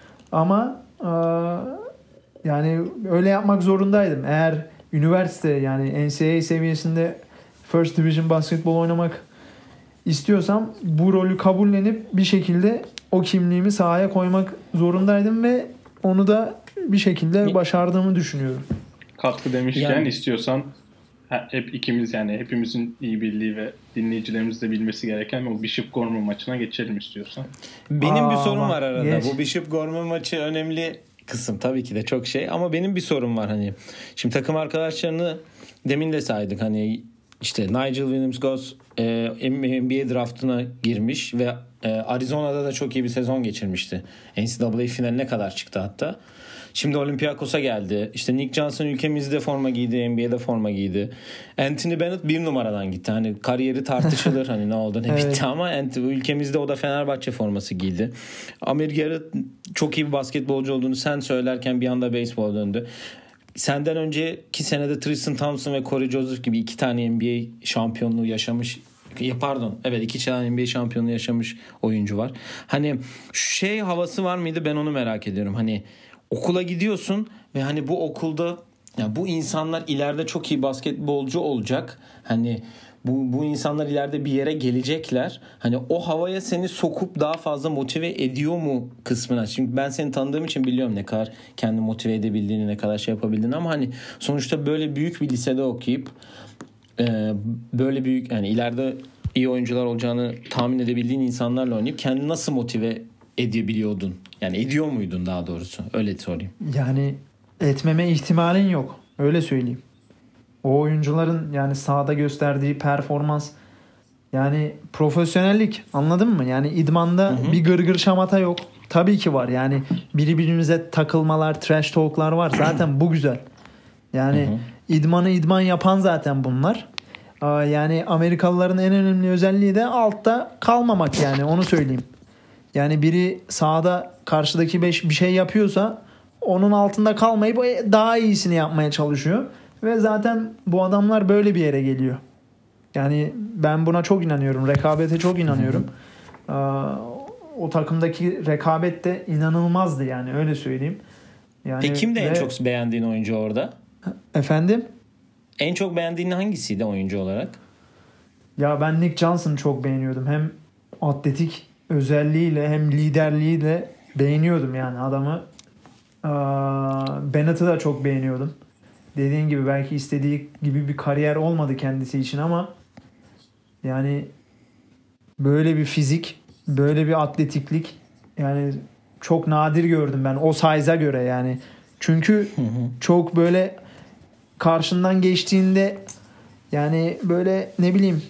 Ama a, yani öyle yapmak zorundaydım. Eğer üniversite yani N C A A seviyesinde First Division basketbol oynamak istiyorsam bu rolü kabullenip bir şekilde o kimliğimi sahaya koymak zorundaydım ve onu da bir şekilde başardığımı düşünüyorum. Katkı demişken yani, istiyorsan hep ikimiz yani hepimizin iyi bildiği ve dinleyicilerimiz de bilmesi gereken o Bishop Gorman maçına geçelim istiyorsan. Benim Aa, bir sorum var arada. Geç. Bu Bishop Gorman maçı önemli kısım tabii ki de çok şey ama benim bir sorum var hani. Şimdi takım arkadaşlarını demin de saydık hani işte Nigel Williams-Goss e, N B A draftına girmiş ve e, Arizona'da da çok iyi bir sezon geçirmişti. N C A A finaline kadar çıktı hatta. Şimdi Olympiakos'a geldi. İşte Nick Johnson ülkemizde forma giydi, N B A'de forma giydi. Anthony Bennett bir numaradan gitti. Hani kariyeri tartışılır hani ne oldu ne bitti evet. ama ülkemizde o da Fenerbahçe forması giydi. Amir Garrett çok iyi bir basketbolcu olduğunu sen söylerken bir anda beyzbol döndü. Senden önceki senede Tristan Thompson ve Corey Joseph gibi iki tane N B A şampiyonluğu yaşamış. Pardon. Evet iki tane N B A şampiyonluğu yaşamış oyuncu var. Hani şey havası var mıydı ben onu merak ediyorum. Hani okula gidiyorsun ve hani bu okulda Ya bu insanlar ileride çok iyi basketbolcu olacak. Hani bu bu insanlar ileride bir yere gelecekler. Hani o havaya seni sokup daha fazla motive ediyor mu kısmına. Çünkü ben seni tanıdığım için biliyorum ne kadar kendini motive edebildiğini, ne kadar şey yapabildiğini, ama hani sonuçta böyle büyük bir lisede okuyup e, böyle büyük, yani ileride iyi oyuncular olacağını tahmin edebildiğin insanlarla oynayıp kendini nasıl motive edebiliyordun? Yani ediyor muydun daha doğrusu? Öyle sorayım. Yani etmeme ihtimalin yok. Öyle söyleyeyim. O oyuncuların yani sahada gösterdiği performans, yani profesyonellik, anladın mı? Yani idmanda hı hı. bir gırgır şamata yok. Tabii ki var. Yani birbirimize takılmalar, trash talk'lar var. Zaten bu güzel. Yani hı hı. idmanı idman yapan zaten bunlar. Yani Amerikalıların en önemli özelliği de altta kalmamak, yani onu söyleyeyim. Yani biri sahada karşıdaki beş bir şey yapıyorsa onun altında kalmayıp daha iyisini yapmaya çalışıyor. Ve zaten bu adamlar böyle bir yere geliyor. Yani ben buna çok inanıyorum. Rekabete çok inanıyorum. Ee, o takımdaki rekabet de inanılmazdı, yani öyle söyleyeyim. Yani Peki kimdi ve... en çok beğendiğin oyuncu orada? Efendim? En çok beğendiğin hangisiydi oyuncu olarak? Ya ben Nick Johnson'ı çok beğeniyordum. Hem atletik özelliğiyle hem liderliğiyle beğeniyordum yani adamı. Ee, Bennett'ı da çok beğeniyordum. Dediğin gibi belki istediği gibi bir kariyer olmadı kendisi için ama yani böyle bir fizik, böyle bir atletiklik yani çok nadir gördüm ben o size'a göre yani. Çünkü hı hı. çok böyle karşından geçtiğinde yani böyle ne bileyim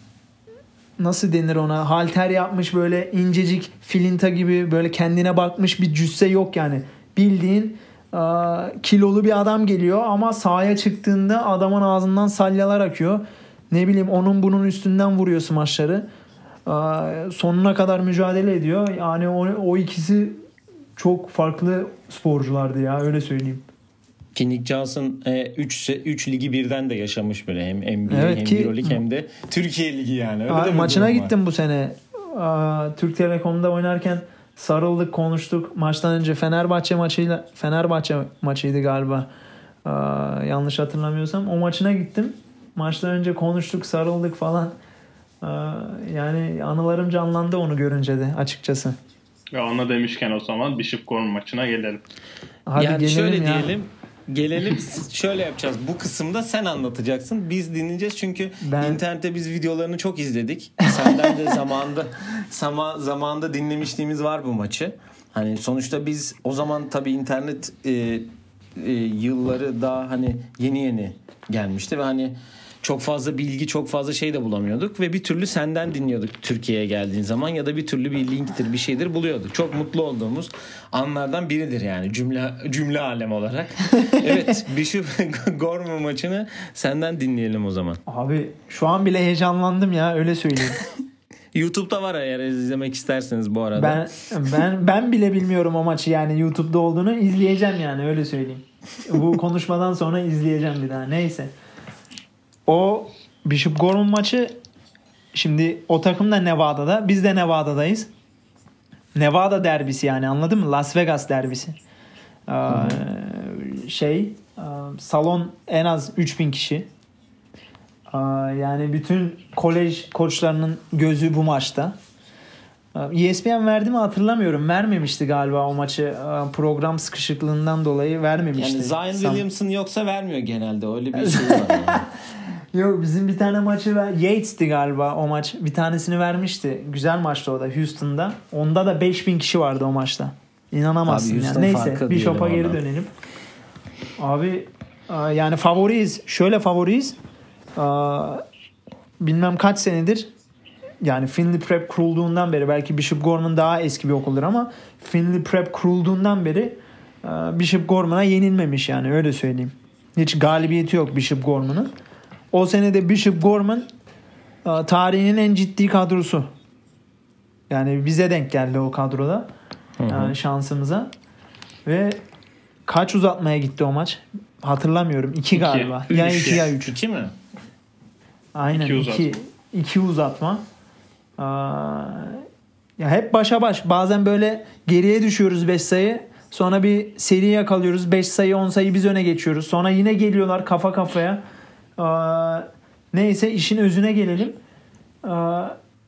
nasıl denir ona, halter yapmış böyle incecik filinta gibi böyle kendine bakmış bir cüsse yok yani. Bildiğin kilolu bir adam geliyor ama sahaya çıktığında adamın ağzından salyalar akıyor. Ne bileyim onun bunun üstünden vuruyor smaçları. Sonuna kadar mücadele ediyor. Yani o, o ikisi çok farklı sporculardı ya, öyle söyleyeyim. Ki Nick Johnson üç ligi birden de yaşamış böyle. Hem N B A evet hem ki, Euroleague hem de Türkiye Ligi yani. Öyle Aa, de maçına gittim bu sene. Aa, Türk Telekom'da oynarken sarıldık, konuştuk. Maçtan önce Fenerbahçe maçıyla Fenerbahçe maçıydı galiba. Aa, yanlış hatırlamıyorsam. O maçına gittim. Maçtan önce konuştuk, sarıldık falan. Aa, yani anılarım canlandı onu görünce de açıkçası. Ve ona demişken o zaman Bishop Gorman maçına gelelim. Hadi yani şöyle ya. diyelim. Gelelim şöyle yapacağız. Bu kısımda sen anlatacaksın. Biz dinleyeceğiz çünkü ben... internette biz videolarını çok izledik. Senden de zamanında sama, zamanında dinlemişliğimiz var bu maçı. Hani sonuçta biz o zaman tabii internet e, e, yılları daha hani yeni yeni gelmişti ve hani çok fazla bilgi, çok fazla şey de bulamıyorduk ve bir türlü senden dinliyorduk Türkiye'ye geldiğin zaman ya da bir türlü bir linktir, bir şeydir buluyorduk. Çok mutlu olduğumuz anlardan biridir yani cümle cümle alem olarak. Evet, Bishop Gorman maçını senden dinleyelim o zaman. Abi şu an bile heyecanlandım ya, öyle söyleyeyim. YouTube'da var eğer izlemek isterseniz bu arada. Ben ben ben bile bilmiyorum o maçı, yani YouTube'da olduğunu izleyeceğim yani, öyle söyleyeyim. Bu konuşmadan sonra izleyeceğim bir daha. Neyse. O Bishop Gorman maçı, şimdi o takım da Nevada'da, biz de Nevada'dayız. Nevada derbisi yani, anladın mı? Las Vegas derbisi. Ee, şey salon en az üç bin kişi. Ee, yani bütün kolej koçlarının gözü bu maçta. E S P N verdi mi hatırlamıyorum. Vermemişti galiba o maçı. Program sıkışıklığından dolayı vermemişti. Yani Zion Williamson yoksa vermiyor genelde. Öyle bir şey var yani. Yok, bizim bir tane maçı ver. Yates'ti galiba o maç. Bir tanesini vermişti. Güzel maçtı o da, Houston'da. Onda da beş bin kişi vardı o maçta. İnanamazsın yani. Neyse, Bishop'a geri dönelim. Abi yani favoriyiz. Şöyle favoriyiz. Bilmem kaç senedir, yani Finley Prep kurulduğundan beri, belki Bishop Gorman daha eski bir okuldur ama Finley Prep kurulduğundan beri Bishop Gorman'a yenilmemiş yani, öyle söyleyeyim. Hiç galibiyeti yok Bishop Gorman'ın. O sene de Bishop Gorman tarihinin en ciddi kadrosu. Yani bize denk geldi o kadroda. Hı hı. Yani şansımıza. Ve kaç uzatmaya gitti o maç? Hatırlamıyorum. iki galiba. Üç. Ya iki ya üç. iki mi? Aynen. iki uzatma. iki, iki uzatma. Aa, ya hep başa baş. Bazen böyle geriye düşüyoruz beş sayı. Sonra bir seri yakalıyoruz. beş sayı on sayı biz öne geçiyoruz. Sonra yine geliyorlar kafa kafaya. Aa, neyse işin özüne gelelim. Aa,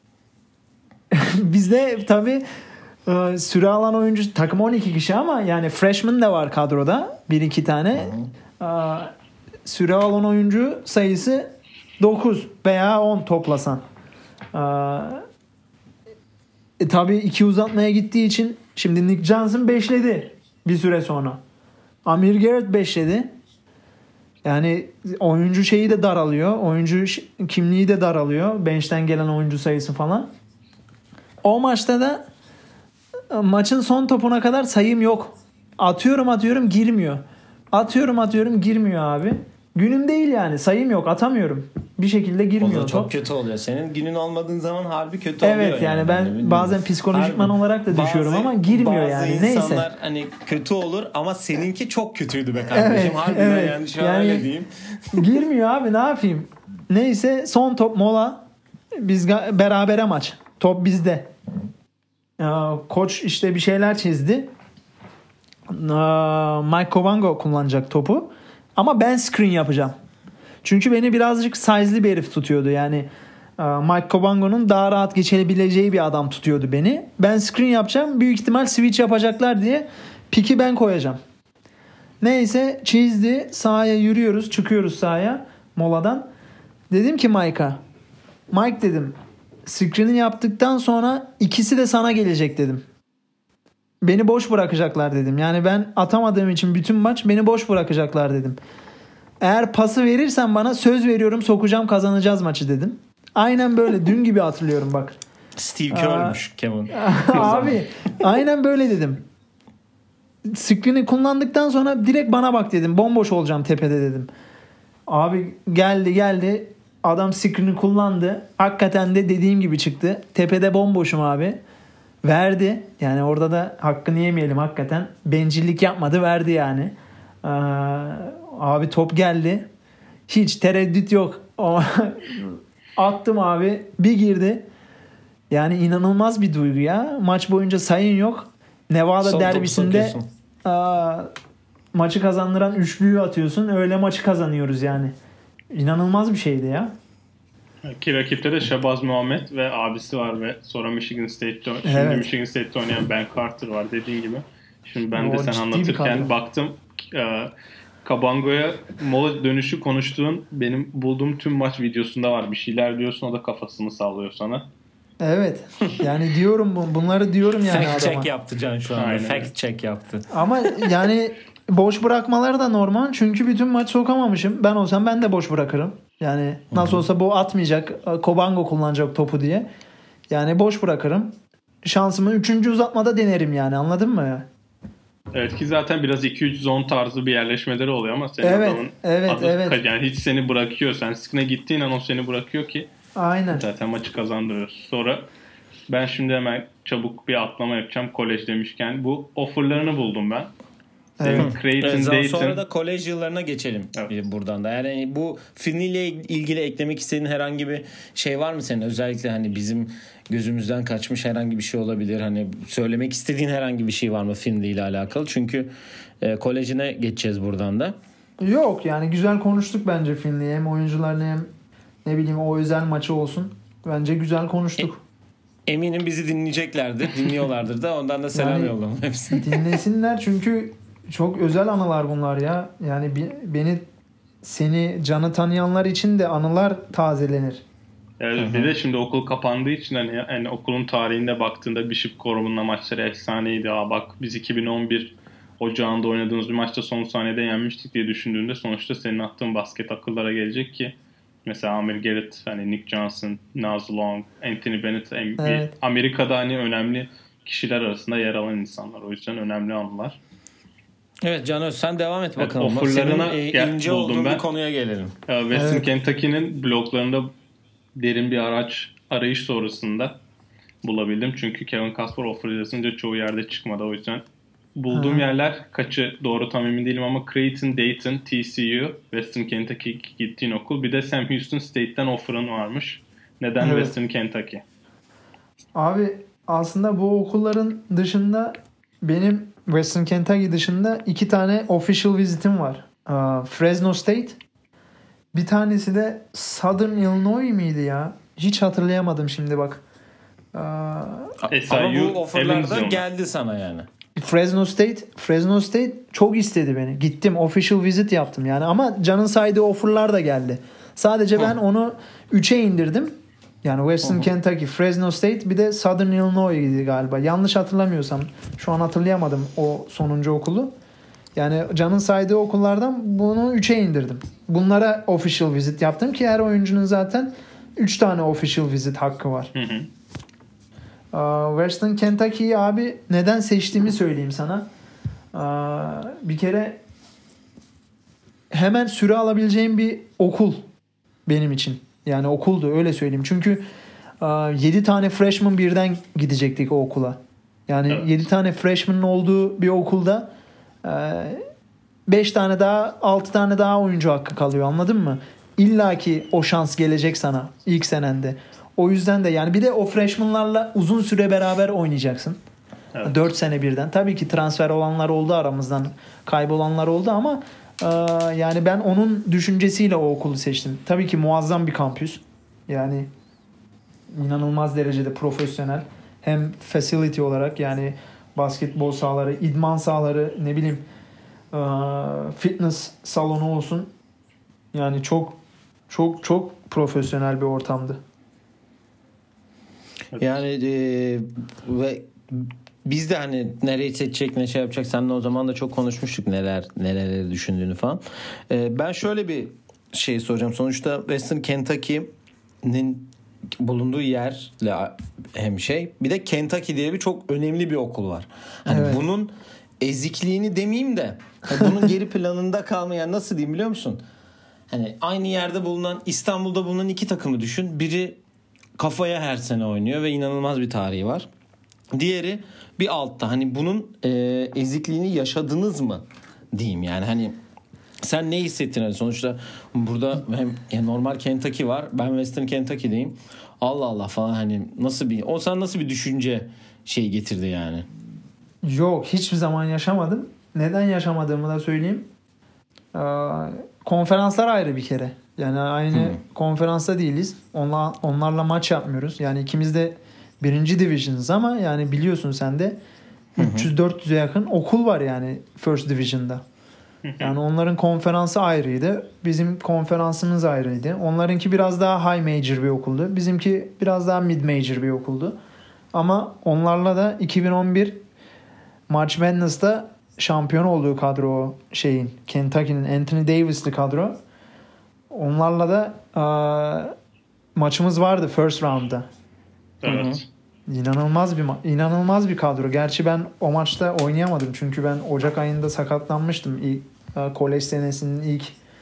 bizde tabii e, süre alan oyuncu takım on iki kişi ama yani freshman da var kadroda. bir iki tane. Aa, süre alan oyuncu sayısı dokuz veya on toplasan. Aa, e, tabii iki uzatmaya gittiği için şimdi Nick Johnson beşledi bir süre sonra. Amir Garrett beşledi. Yani oyuncu şeyi de daralıyor. Oyuncu kimliği de daralıyor. Bench'ten gelen oyuncu sayısı falan. O maçta da maçın son topuna kadar sayım yok. Atıyorum atıyorum girmiyor. Atıyorum atıyorum girmiyor abi. Günüm değil yani. Sayım yok. Atamıyorum. Bir şekilde girmiyor. O da çok top. kötü oluyor. Senin günün olmadığın zaman harbi kötü evet, oluyor. Evet yani, yani ben bazen psikolojikman harbi. olarak da düşüyorum bazı, ama girmiyor bazı yani. Bazı insanlar neyse. hani kötü olur ama seninki çok kötüydü be kardeşim. Evet, Harbiden evet. yani şu an Yani, öyle diyeyim. girmiyor abi ne yapayım. Neyse son top mola. Biz berabere maç. Top bizde. Koç işte bir şeyler çizdi. Mike Kovango kullanacak topu. Ama ben screen yapacağım. Çünkü beni birazcık size'li bir herif tutuyordu. Yani Mike Kovango'nun daha rahat geçebileceği bir adam tutuyordu beni. Ben screen yapacağım. Büyük ihtimal switch yapacaklar diye piki ben koyacağım. Neyse çizdi. Sahaya yürüyoruz. Çıkıyoruz sahaya moladan. Dedim ki Mike'a. Mike dedim. Screen'i yaptıktan sonra ikisi de sana gelecek dedim. Beni boş bırakacaklar dedim. Yani ben atamadığım için bütün maç beni boş bırakacaklar dedim. Eğer pası verirsen bana söz veriyorum sokacağım kazanacağız maçı dedim. Aynen böyle dün gibi hatırlıyorum bak. Steve Kerr'müş Kevin. Abi aynen böyle dedim. Screen'i kullandıktan sonra direkt bana bak dedim. Bomboş olacağım tepede dedim. Abi geldi geldi. Adam screen'i kullandı. Hakikaten de dediğim gibi çıktı. Tepede bomboşum abi. Verdi. Yani orada da hakkını yemeyelim hakikaten. Bencillik yapmadı verdi yani. Ee, abi top geldi. Hiç tereddüt yok. Attım abi. Bir girdi. Yani inanılmaz bir duygu ya. Maç boyunca sayın yok. Nevada Son derbisinde aa, maçı kazandıran üçlüyü atıyorsun. Öyle maçı kazanıyoruz yani. İnanılmaz bir şeydi ya. Ki rakipte de Shabazz Muhammad ve abisi var ve sonra Michigan State'de şimdi Evet. Michigan State'de oynayan Ben Carter var dediğin gibi. Şimdi ben O de sen ciddi bir anlatırken kadro. baktım e, Kabango'ya mola dönüşü konuştuğun benim bulduğum tüm maç videosunda var. Bir şeyler diyorsun o da kafasını sallıyor sana. Evet. Yani diyorum bu- bunları diyorum yani Fact adama. check yaptı Can şu anda. Aynen. Fact check yaptı. Ama yani boş bırakmaları da normal. Çünkü bütün maç sokamamışım. Ben olsam ben de boş bırakırım. Yani nasıl olsa bu atmayacak. Kobango kullanacak topu diye. Yani boş bırakırım. Şansımı üçüncü uzatmada denerim yani. Anladın mı? Evet ki zaten biraz iki üç zone tarzı bir yerleşmeleri oluyor ama senin Evet, adamın evet, adı, evet. yani hiç seni bırakıyor. Sen screen'e gittiğin an o seni bırakıyor ki Aynen. zaten maçı kazandırıyorsun. Sonra ben şimdi hemen çabuk bir atlama yapacağım kolej demişken. Bu offerlarını buldum ben. Senin Evet. Creighton, Evet, Dayton. sonra da kolej yıllarına geçelim Evet. buradan da. Yani bu Finley ile ilgili eklemek istediğin herhangi bir şey var mı senin? Özellikle hani bizim gözümüzden kaçmış herhangi bir şey olabilir. Hani söylemek istediğin herhangi bir şey var mı Finley ile alakalı? Çünkü e, kolejine geçeceğiz buradan da. Yok yani güzel konuştuk bence Finley'i. Hem oyuncularını hem ne bileyim o özel maçı olsun. Bence güzel konuştuk. Eminim bizi dinleyeceklerdir. Dinliyorlardır da ondan da selam Yani yollayalım hepsine. Dinlesinler çünkü çok özel anılar bunlar ya. Yani bi- beni seni canı tanıyanlar için de anılar tazelenir. Evet, bir de şimdi okul kapandığı için hani, hani okulun tarihinde baktığında Bishop Korum'un maçları efsaneydi. Aa bak biz iki bin on bir Ocağı'nda oynadığımız bir maçta son saniyede yenmiştik diye düşündüğünde sonuçta senin attığın basket akıllara gelecek ki mesela Amir Garrett, hani Nick Johnson, Naz Long, Anthony Bennett Evet. Amerika'da hani önemli kişiler arasında yer alan insanlar. O yüzden önemli anılar. Evet Can Öz sen devam et bakalım. Evet, offerlarına Senin e, gel- ince buldum olduğun ben. bir konuya gelelim. Western Evet. Kentucky'nin bloglarında derin bir araç arayış sonrasında bulabildim. Çünkü Kevin Kasper offer yazınca çoğu yerde çıkmadı. O yüzden bulduğum Hı. yerler kaçı doğru tam emin değilim ama Creighton, Dayton, T C U, Western Kentucky gittiğin okul. Bir de Sam Houston State'ten offer'ın varmış. Neden Evet. Western Kentucky? Abi aslında bu okulların dışında benim Western Kentucky dışında iki tane official visitim var. Aa, Fresno State. Bir tanesi de Southern Illinois miydi ya? Hiç hatırlayamadım şimdi bak. Aa, Ama bu offerlarda geldi sana yani. Fresno State, Fresno State çok istedi beni. Gittim, official visit yaptım yani, ama Can'ın saydığı offerlar da geldi. Sadece ben onu üçe indirdim. Yani Western Kentucky, Fresno State, bir de Southern Illinois'ydi galiba. Yanlış hatırlamıyorsam. Şu an hatırlayamadım o sonuncu okulu. Yani Can'ın saydığı okullardan bunu üçe indirdim. Bunlara official visit yaptım ki her oyuncunun zaten üç tane official visit hakkı var. Hı hı. Western Kentucky'yi abi neden seçtiğimi söyleyeyim sana. Bir kere hemen süre alabileceğim bir okul benim için. Yani okuldu, öyle söyleyeyim. Çünkü yedi tane freshman birden gidecektik o okula. Yani evet. yedi tane freshman'ın olduğu bir okulda beş tane daha, altı tane daha oyuncu hakkı kalıyor, anladın mı? İlla ki o şans gelecek sana ilk senende. O yüzden de yani bir de o freshman'larla uzun süre beraber oynayacaksın. Evet. dört sene birden. Tabii ki transfer olanlar oldu aramızdan, kaybolanlar oldu ama e, yani ben onun düşüncesiyle o okulu seçtim. Tabii ki muazzam bir kampüs. Yani inanılmaz derecede profesyonel. Hem facility olarak, yani basketbol sahaları, idman sahaları, ne bileyim e, fitness salonu olsun. Yani çok çok çok profesyonel bir ortamdı. Yani e, ve biz de hani nereyi seçecek, ne şey yapacak, seninle o zaman da çok konuşmuştuk neler neler düşündüğünü falan. E, ben şöyle bir şey soracağım. Sonuçta Western Kentucky'nin bulunduğu yerle hem şey, bir de Kentucky diye bir çok önemli bir okul var. Hani evet. Bunun ezikliğini demeyeyim de bunun geri planında kalmayan, nasıl diyeyim biliyor musun? Hani aynı yerde bulunan, İstanbul'da bulunan iki takımı düşün. Biri kafaya her sene oynuyor ve inanılmaz bir tarihi var. Diğeri bir altta. Hani bunun e, ezikliğini yaşadınız mı diyeyim yani. Hani sen ne hissettin? Yani sonuçta burada hem yani normal Kentucky var. Ben Western Kentucky'deyim. Allah Allah falan, hani nasıl bir, o sana nasıl bir düşünce şey getirdi yani? Yok, hiçbir zaman yaşamadım. Neden yaşamadığımı da söyleyeyim. Ee, konferanslar ayrı bir kere. Yani aynı hmm. konferansta değiliz. Onlar, onlarla maç yapmıyoruz. Yani ikimiz de birinci division'ız ama yani biliyorsun sen de üç yüz dört yüze yakın okul var yani First Division'da. Yani onların konferansı ayrıydı. Bizim konferansımız ayrıydı. Onlarınki biraz daha high major bir okuldu. Bizimki biraz daha mid major bir okuldu. Ama onlarla da iki bin on bir March Madness'ta şampiyon olduğu kadro şeyin, Kentucky'nin Anthony Davis'li kadro. Onlarla da a, maçımız vardı first round'da. Evet. İnanılmaz bir inanılmaz bir kadro. Gerçi ben o maçta oynayamadım çünkü ben Ocak ayında sakatlanmıştım. İlk kolej senesinin ilk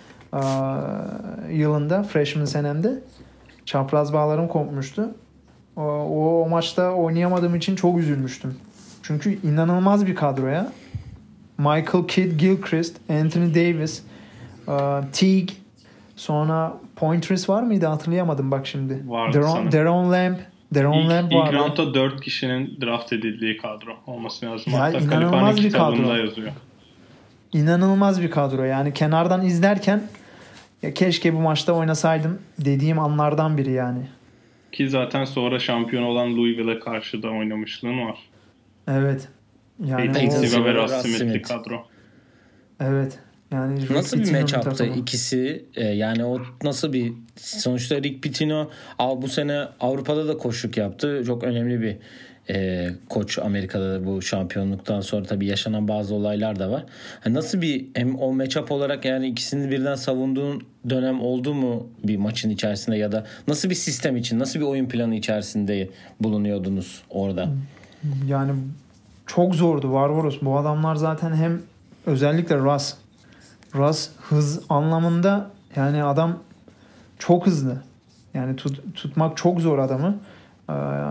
a, yılında, freshman senemde çapraz bağlarım kopmuştu. O, o, o maçta oynayamadığım için çok üzülmüştüm. Çünkü inanılmaz bir kadroya. Michael Kidd Gilchrist, Anthony Davis, a, Teague, sonra Pointers var mıydı? Hatırlayamadım bak şimdi. Deron, Deron Lamb. Deron ilk, Lamb ilk vardı. İlk roundda dört kişinin draft edildiği kadro olması lazım. Ya, hatta inanılmaz bir kadro. Yazıyor. İnanılmaz bir kadro. Yani kenardan izlerken ya keşke bu maçta oynasaydım dediğim anlardan biri yani. Ki zaten sonra şampiyon olan Louisville'e karşı da oynamışlığın var. Evet. Yani Peyton Siva ve Russ Smith'li kadro. Evet. Yani nasıl bir matchup'tı ikisi? Ee, yani o nasıl bir, sonuçta Rick Pitino bu sene Avrupa'da da koçluk yaptı. Çok önemli bir e, koç Amerika'da da, bu şampiyonluktan sonra tabii yaşanan bazı olaylar da var. Yani nasıl bir, hem o matchup olarak yani ikisini birden savunduğun dönem oldu mu bir maçın içerisinde, ya da nasıl bir sistem için, nasıl bir oyun planı içerisinde bulunuyordunuz orada? Yani çok zordu Barbaros. Bu adamlar zaten hem özellikle Russ Russ hız anlamında yani adam çok hızlı. Yani tut, tutmak çok zor adamı. Ee,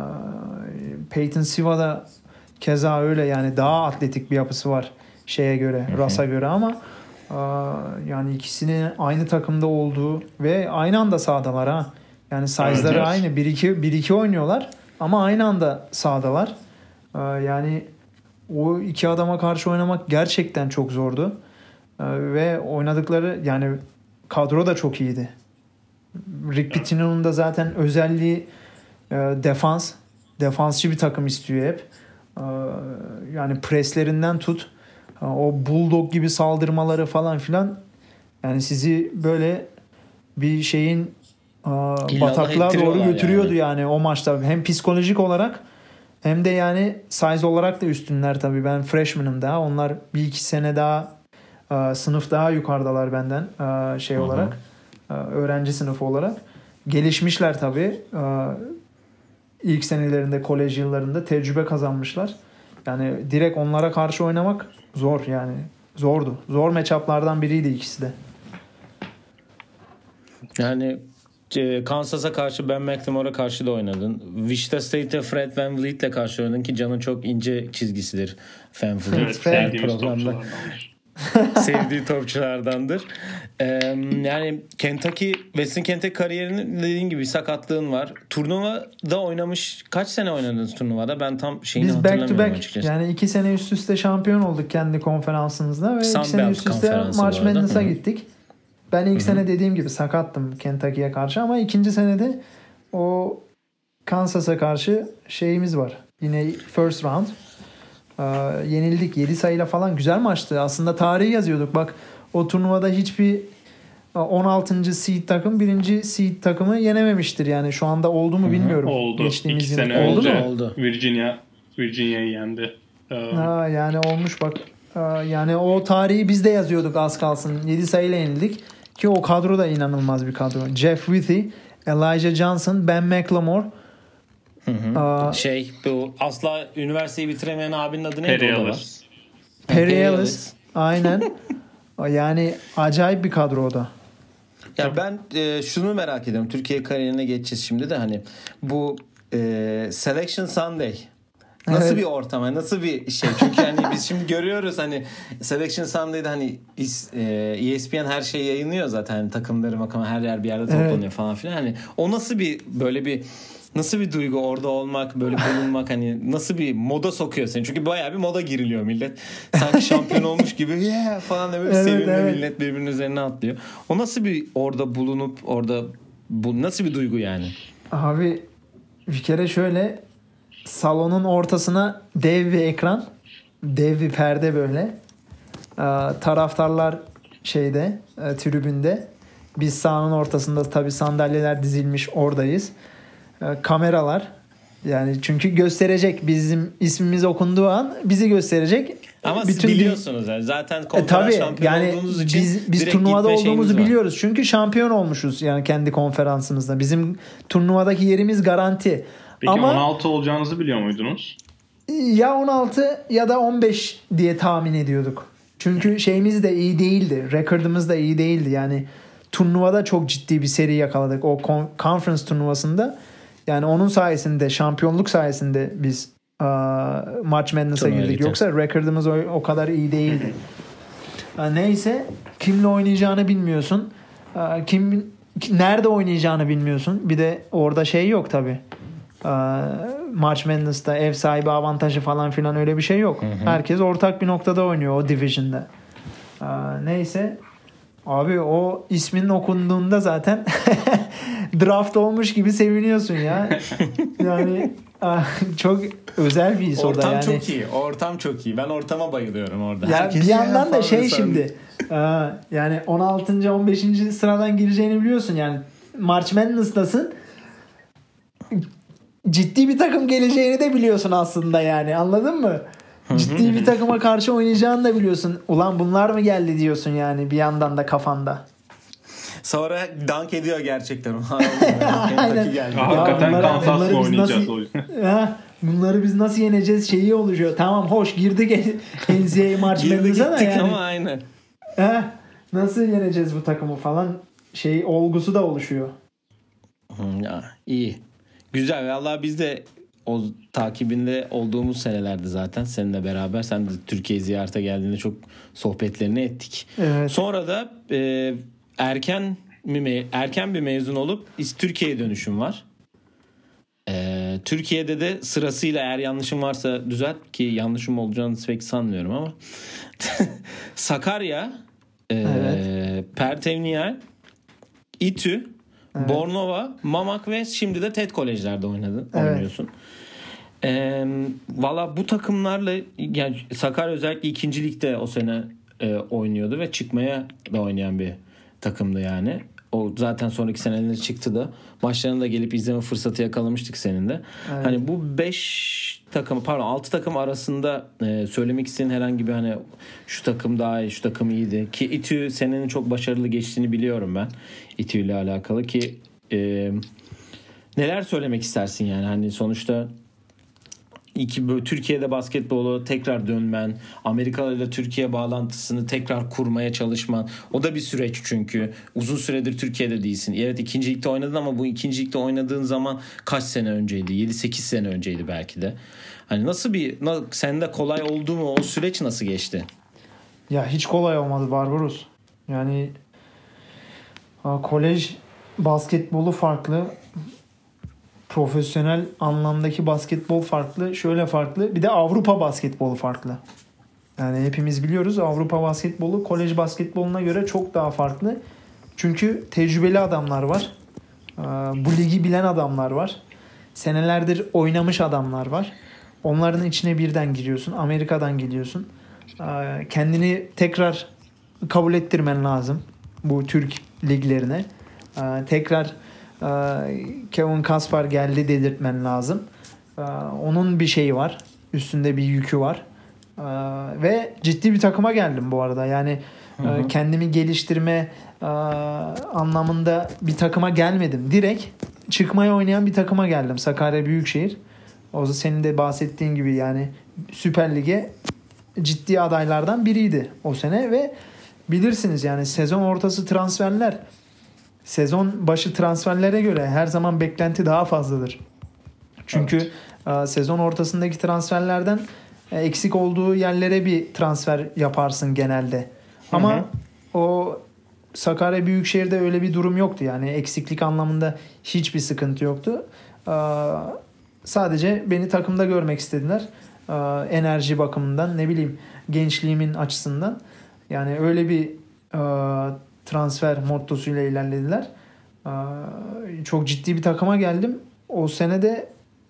Peyton Siva da keza öyle, yani daha atletik bir yapısı var şeye göre, Russ'a göre, ama e, yani ikisinin aynı takımda olduğu ve aynı anda sahadalar ha. Yani size'ları evet, evet. aynı. bir iki bir iki oynuyorlar ama aynı anda sahadalar. Ee, yani o iki adama karşı oynamak gerçekten çok zordu. Ee, ve oynadıkları yani kadro da çok iyiydi. Rick Pitino'nun da zaten özelliği e, defans. Defansçı bir takım istiyor hep. Ee, yani preslerinden tut. O bulldog gibi saldırmaları falan filan. Yani sizi böyle bir şeyin e, bataklığa doğru götürüyordu yani. yani o maçta. Hem psikolojik olarak hem de yani size olarak da üstünler tabii. Ben freshman'ım daha. Onlar bir iki sene daha e, sınıf daha yukarıdalar benden e, şey Hı-hı. olarak. E, öğrenci sınıfı olarak. Gelişmişler tabii. E, ilk senelerinde, kolej yıllarında tecrübe kazanmışlar. Yani direkt onlara karşı oynamak zor yani. Zordu. Zor matchup'lardan biriydi ikisi de. Yani Kansas'a karşı Ben McLemore'a karşı da oynadın. Wichita State'e Fred VanVleet'le karşı oynadın ki Can'ın çok ince çizgisidir VanVleet. Evet, sevdiğimiz topçulardandır. Sevdiği topçulardandır. Ee, yani Kentucky, Western Kentucky kariyerinin dediğin gibi sakatlığın var. Turnuvada oynamış. Kaç sene oynadınız turnuvada? Ben tam şeyini Biz hatırlamıyorum back to back, açıkçası. yani iki sene üst üste şampiyon olduk kendi konferansımızda ve Sun iki sene Belt üst üste March Madness'a gittik. Ben ilk Hı-hı. sene dediğim gibi sakattım Kentucky'ye karşı ama ikinci senede o Kansas'a karşı şeyimiz var. Yine first round. Ee, yenildik. yedi sayıyla falan güzel maçtı. Aslında tarihi yazıyorduk. Bak o turnuvada hiçbir on altıncı seed takım birinci seed takımı yenememiştir. Yani şu anda oldu mu bilmiyorum. Oldu. Geçtiğimiz İki sene oldu önce mu? Oldu. Virginia Virginia'yı yendi. Ha, yani olmuş bak. Yani o tarihi biz de yazıyorduk az kalsın. yedi sayıyla yenildik. Ki o kadro da inanılmaz bir kadro. Jeff Withey, Elijah Johnson, Ben McLemore. Hı hı. Aa, şey bu asla üniversiteyi bitiremeyen abinin adı neydi? Perry o da Ellis. var. Perry Ellis. Aynen. Yani acayip bir kadro o da. Ya ben e, şunu merak ediyorum. Türkiye kariyerine geçeceğiz şimdi de hani bu e, Selection Sunday nasıl evet. bir ortam, nasıl bir şey? Çünkü hani biz şimdi görüyoruz hani Selection Sunday'da hani E S P N her şeyi yayınlıyor zaten hani takımları bakın her yer bir yerde toplanıyor evet. falan filan. Hani o nasıl bir böyle bir nasıl bir duygu orada olmak, böyle bulunmak, hani nasıl bir moda sokuyor seni? Çünkü bayağı bir moda giriliyor millet. Sanki şampiyon olmuş gibi yeah falan böyle evet, sevimli evet. millet birbirinin üzerine atlıyor. O nasıl bir orada bulunup orada bu nasıl bir duygu yani? Abi bir kere şöyle salonun ortasına dev bir ekran, dev bir perde böyle. Ee, taraftarlar şeyde, e, tribünde. Biz sahanın ortasında tabii sandalyeler dizilmiş oradayız. Kameralar yani çünkü gösterecek bizim ismimiz okunduğu an bizi gösterecek. Ama bütün siz biliyorsunuz yani zaten konferans e, şampiyon yani olduğunuz için biz, biz turnuvada olduğumuzu biliyoruz. Çünkü şampiyon olmuşuz yani kendi konferansımızda. Bizim turnuvadaki yerimiz garanti. Peki ama on altı olacağınızı biliyor muydunuz? Ya on altı ya da on beş diye tahmin ediyorduk. Çünkü şeyimiz de iyi değildi. Rekordumuz da iyi değildi. Yani turnuvada çok ciddi bir seri yakaladık. O conference turnuvasında. Yani onun sayesinde, şampiyonluk sayesinde biz uh, March Madness'a girdik. Gitti. Yoksa rekordumuz o, o kadar iyi değildi. uh, neyse, kimle oynayacağını bilmiyorsun. Uh, kim nerede oynayacağını bilmiyorsun. Bir de orada şey yok tabii. Uh, March Madness'ta ev sahibi avantajı falan filan öyle bir şey yok. Hı hı. Herkes ortak bir noktada oynuyor o division'da. Uh, neyse. Abi o isminin okunduğunda zaten draft olmuş gibi seviniyorsun ya. Yani çok özel bir his orada. Ortam yani. çok iyi. Ortam çok iyi. Ben ortama bayılıyorum orada. Ya bir yandan da şey şimdi yani on altıncı on beşinci sıradan gireceğini biliyorsun yani. March Madness'tasın. Ciddi bir takım geleceğini de biliyorsun aslında yani. Anladın mı? Ciddi bir takıma karşı oynayacağını da biliyorsun. Ulan bunlar mı geldi diyorsun yani bir yandan da kafanda. Sonra dank ediyor gerçekten. Aynen. Geldi. Hakikaten Kansas mı oynayacağız o yüzden. Bunları biz nasıl yeneceğiz şeyi oluşuyor. Tamam hoş girdik N C A A March Madness'a da yani. Ama aynen. Ha, nasıl yeneceğiz bu takımı falan şey olgusu da oluşuyor. Ya iyi. Güzel. Vallahi biz de o takibinde olduğumuz senelerde zaten seninle beraber sen de Türkiye ziyarete geldiğinde çok sohbetlerini ettik. Evet. Sonra da e, erken mi erken bir mezun olup Türkiye'ye dönüşüm var. E, Türkiye'de de sırasıyla, eğer yanlışım varsa düzelt, ki yanlışım olacağını pek sanmıyorum ama Sakarya, e, evet. Pertevniyel, İTÜ, evet. Bornova, Mamak ve şimdi de TED Kolejler'de oynadın, evet. oynuyorsun. E, Valla bu takımlarla, yani Sakarya özellikle ikinci ligde o sene e, oynuyordu ve çıkmaya da oynayan bir takımdı yani. O zaten sonraki senelerinde çıktı da. Maçlarını da gelip izleme fırsatı yakalamıştık senin de. Evet. Hani bu beş takım, pardon altı takım arasında e, söylemek istediğin herhangi bir, hani şu takım daha iyi, şu takım iyiydi. Ki İTÜ senenin çok başarılı geçtiğini biliyorum ben. İTÜ ile alakalı ki e, neler söylemek istersin yani? Hani sonuçta İki, böyle Türkiye'de basketbolu tekrar dönmen, Amerika ile Türkiye bağlantısını tekrar kurmaya çalışman, o da bir süreç çünkü uzun süredir Türkiye'de değilsin. Evet, ikinci ligde oynadın ama bu ikinci ligde oynadığın zaman kaç sene önceydi? yedi sekiz sene önceydi belki de. Hani nasıl bir, sende kolay oldu mu, o süreç nasıl geçti? Ya hiç kolay olmadı Barbaros. Yani kolej basketbolu farklı. Profesyonel anlamdaki basketbol farklı. Şöyle farklı. Bir de Avrupa basketbolu farklı. Yani hepimiz biliyoruz, Avrupa basketbolu kolej basketboluna göre çok daha farklı. Çünkü tecrübeli adamlar var. Bu ligi bilen adamlar var. Senelerdir oynamış adamlar var. Onların içine birden giriyorsun. Amerika'dan geliyorsun. Kendini tekrar kabul ettirmen lazım bu Türk liglerine. Tekrar Kevin Kaspar geldi dedirtmen lazım. Onun bir şeyi var. Üstünde bir yükü var. Ve ciddi bir takıma geldim bu arada. Yani hı hı. kendimi geliştirme anlamında bir takıma gelmedim. Direkt çıkmaya oynayan bir takıma geldim. Sakarya Büyükşehir. O da senin de bahsettiğin gibi yani Süper Lig'e ciddi adaylardan biriydi o sene ve bilirsiniz yani sezon ortası transferler sezon başı transferlere göre her zaman beklenti daha fazladır. Çünkü evet. sezon ortasındaki transferlerden eksik olduğu yerlere bir transfer yaparsın genelde. Ama hı hı. o Sakarya Büyükşehir'de öyle bir durum yoktu. Yani eksiklik anlamında hiçbir sıkıntı yoktu. Sadece beni takımda görmek istediler. Enerji bakımından, ne bileyim, gençliğimin açısından. Yani öyle bir transfer mottosuyla ilerlediler. Çok ciddi bir takıma geldim. O sene de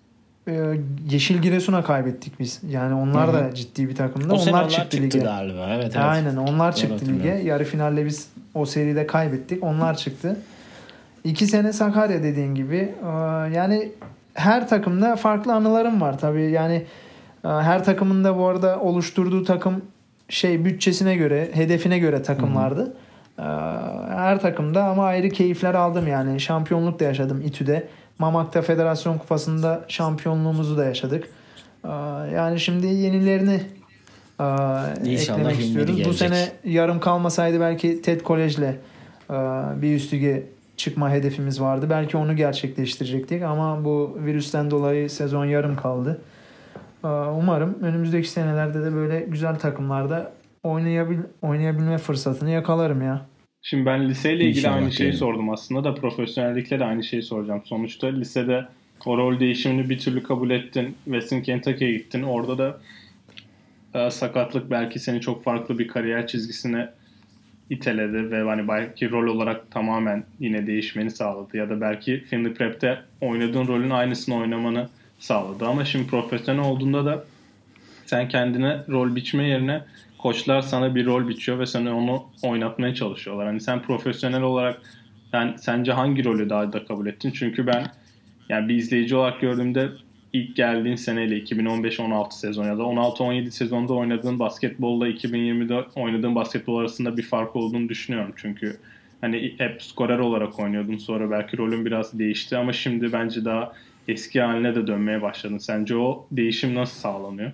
Yeşil Giresun'a kaybettik biz. Yani onlar Hı-hı. da ciddi bir takımdı. Onlar, onlar çıktı, çıktı lige. Galiba. Evet, evet. Aynen, onlar çıktı lige. Yarı finalde biz o seride kaybettik. Onlar çıktı. İki sene Sakarya dediğin gibi. Yani her takımda farklı anılarım var tabii. Yani her takımın da bu arada oluşturduğu takım şey bütçesine göre, hedefine göre takımlardı. Hı-hı. Her takımda ama ayrı keyifler aldım yani. Şampiyonluk da yaşadım İTÜ'de. Mamak'ta Federasyon Kupası'nda şampiyonluğumuzu da yaşadık. Yani şimdi yenilerini İnşallah eklemek istiyoruz. Bu sene yarım kalmasaydı belki TED Kolej'le bir üst lige çıkma hedefimiz vardı. Belki onu gerçekleştirecektik ama bu virüsten dolayı sezon yarım kaldı. Umarım önümüzdeki senelerde de böyle güzel takımlarda oynayabil oynayabilme fırsatını yakalarım ya. Şimdi ben liseyle ilgili İnşallah aynı şeyi yani. sordum aslında da profesyonellikle de aynı şeyi soracağım. Sonuçta lisede o rol değişimini bir türlü kabul ettin. Western Kentucky'ye gittin. Orada da e, sakatlık belki seni çok farklı bir kariyer çizgisine iteledi ve hani belki rol olarak tamamen yine değişmeni sağladı. Ya da belki Finley Prep'te oynadığın rolün aynısını oynamanı sağladı. Ama şimdi profesyonel olduğunda da sen kendine rol biçme yerine koçlar sana bir rol biçiyor ve sana onu oynatmaya çalışıyorlar. Hani sen profesyonel olarak sen sence hangi rolü daha da kabul ettin? Çünkü ben yani bir izleyici olarak gördüğümde ilk geldiğin seneyle iki bin on beş on altı sezon ya da on altı on yedi sezonda oynadığın basketbolla iki bin yirmide oynadığın basketbol arasında bir fark olduğunu düşünüyorum. Çünkü hani hep skorer olarak oynuyordun. Sonra belki rolün biraz değişti ama şimdi bence daha eski haline de dönmeye başladın. Sence o değişim nasıl sağlanıyor?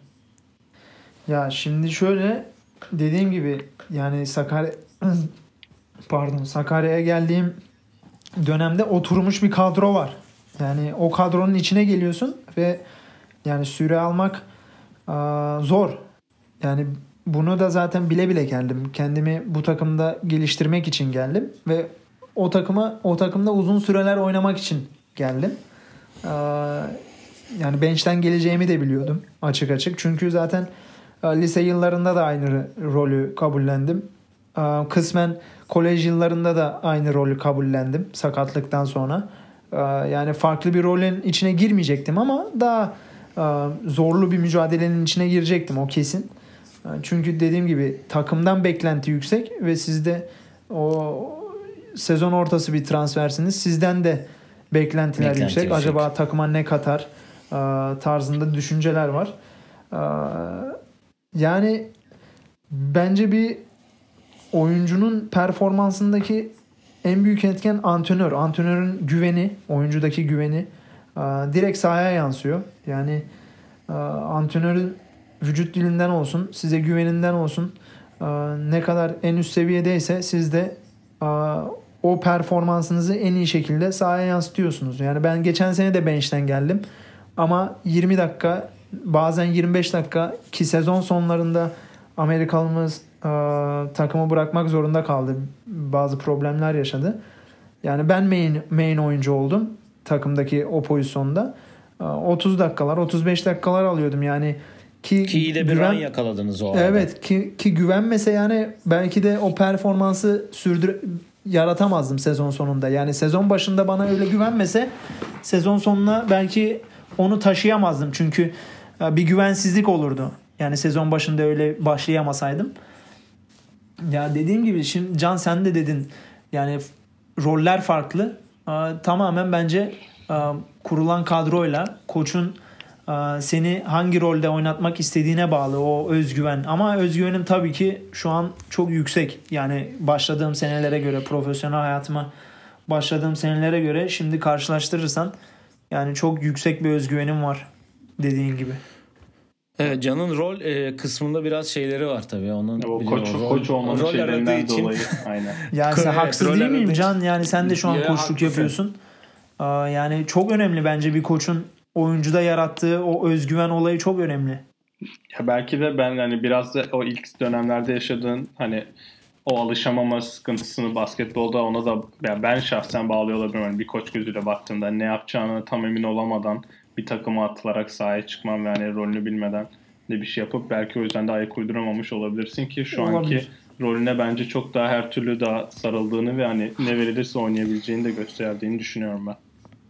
Ya şimdi şöyle, dediğim gibi yani Sakarya pardon Sakarya'ya geldiğim dönemde oturmuş bir kadro var. Yani o kadronun içine geliyorsun ve yani süre almak aa, zor. Yani bunu da zaten bile bile geldim. Kendimi bu takımda geliştirmek için geldim ve o takıma o takımda uzun süreler oynamak için geldim. Aa, yani bench'ten geleceğimi de biliyordum açık açık. Çünkü zaten e, lise yıllarında da aynı rolü kabullendim. E, kısmen kolej yıllarında da aynı rolü kabullendim sakatlıktan sonra. E, yani farklı bir rolün içine girmeyecektim ama daha e, zorlu bir mücadelenin içine girecektim, o kesin. E, çünkü dediğim gibi takımdan beklenti yüksek ve sizde o sezon ortası bir transfersiniz. Sizden de beklentiler Beklenti yüksek. yüksek. Acaba takıma ne katar e, tarzında düşünceler var. E, yani bence bir oyuncunun performansındaki en büyük etken antrenör. Antrenörün güveni, oyuncudaki güveni e, direkt sahaya yansıyor. Yani e, antrenörün vücut dilinden olsun, size güveninden olsun, e, ne kadar en üst seviyedeyse siz de e, o performansınızı en iyi şekilde sahaya yansıtıyorsunuz. Yani ben geçen sene de bench'ten geldim. Ama yirmi dakika, bazen yirmi beş dakika, ki sezon sonlarında Amerikalımız e, takımı bırakmak zorunda kaldı. Bazı problemler yaşadı. Yani ben main, main oyuncu oldum takımdaki o pozisyonda. E, otuz dakikalar, otuz beş dakikalar alıyordum. Yani ki, Ki iyi de bir güven, run yakaladınız o arada. Evet ki, ki güvenmese yani belki de o performansı sürdür yaratamazdım sezon sonunda. Yani sezon başında bana öyle güvenmese sezon sonuna belki onu taşıyamazdım. Çünkü bir güvensizlik olurdu. Yani sezon başında öyle başlayamasaydım. Ya dediğim gibi şimdi Can sen de dedin. Yani roller farklı. Tamamen bence kurulan kadroyla koçun seni hangi rolde oynatmak istediğine bağlı o özgüven. Ama özgüvenim tabii ki şu an çok yüksek. Yani başladığım senelere göre, profesyonel hayatıma başladığım senelere göre şimdi karşılaştırırsan yani çok yüksek bir özgüvenim var dediğin gibi. Evet, Can'ın rol e, kısmında biraz şeyleri var tabii. Onun o koç, rol, koç olmanın rol şeylerinden için... dolayı. Aynen. Yani sen evet, haksız değil miyim Can? Yani sen de şu an ya, koçluk haklısın. yapıyorsun. Aa, yani çok önemli bence bir koçun oyuncuda yarattığı o özgüven olayı çok önemli. Ya belki de ben hani biraz da o ilk dönemlerde yaşadığın hani o alışamama sıkıntısını basketbolda ona da yani ben şahsen bağlıyor olabilirim. Yani bir koç gözüyle baktığında ne yapacağını tam emin olamadan bir takıma atılarak sahaya çıkman ve hani rolünü bilmeden de bir şey yapıp belki o yüzden de ayak uyduramamış olabilirsin ki şu Olabilir. anki rolüne bence çok daha her türlü daha sarıldığını ve hani ne verilirse oynayabileceğini de gösterdiğini düşünüyorum ben.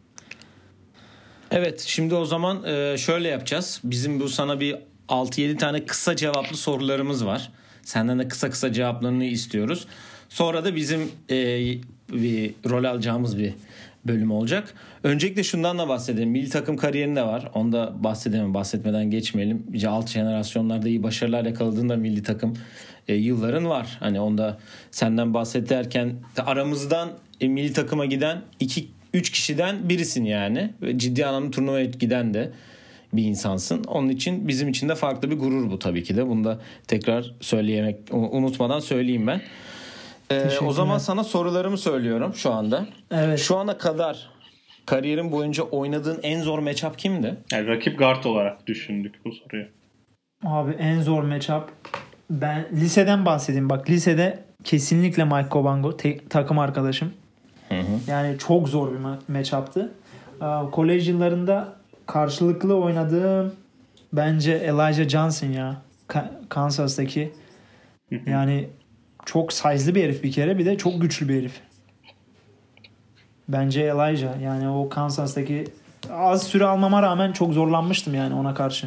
Evet, şimdi o zaman şöyle yapacağız. Bizim bu sana bir altı yedi tane kısa cevaplı sorularımız var. Senden de kısa kısa cevaplarını istiyoruz. Sonra da bizim e, bir rol alacağımız bir bölüm olacak. Öncelikle şundan da bahsedelim. Milli takım kariyerin de var. Onu da bahsedelim. Bahsetmeden geçmeyelim. Alt jenerasyonlarda iyi başarılar yakaladığında milli takım e, yılların var. Hani onda senden bahsederken aramızdan e, milli takıma giden iki üç kişiden birisin yani. Ve ciddi anlamda turnuvaya giden de bir insansın. Onun için bizim için de farklı bir gurur bu tabii ki de. Bunu da tekrar söyleyemek unutmadan söyleyeyim ben. Ee, o zaman sana sorularımı söylüyorum şu anda. Evet. Şu ana kadar kariyerin boyunca oynadığın en zor matchup kimdi? Yani rakip guard olarak düşündük bu soruyu. Abi en zor matchup, ben liseden bahsedeyim. Bak lisede kesinlikle Mike Kobango te- takım arkadaşım. Hı hı. Yani çok zor bir ma- matchup'tı. Aa, kolej yıllarında karşılıklı oynadığım bence Elijah Johnson ya. Ka- Kansas'taki. Yani çok size'lı bir herif bir kere, bir de çok güçlü bir herif. Bence Elijah. Yani o Kansas'taki az süre almama rağmen çok zorlanmıştım yani ona karşı.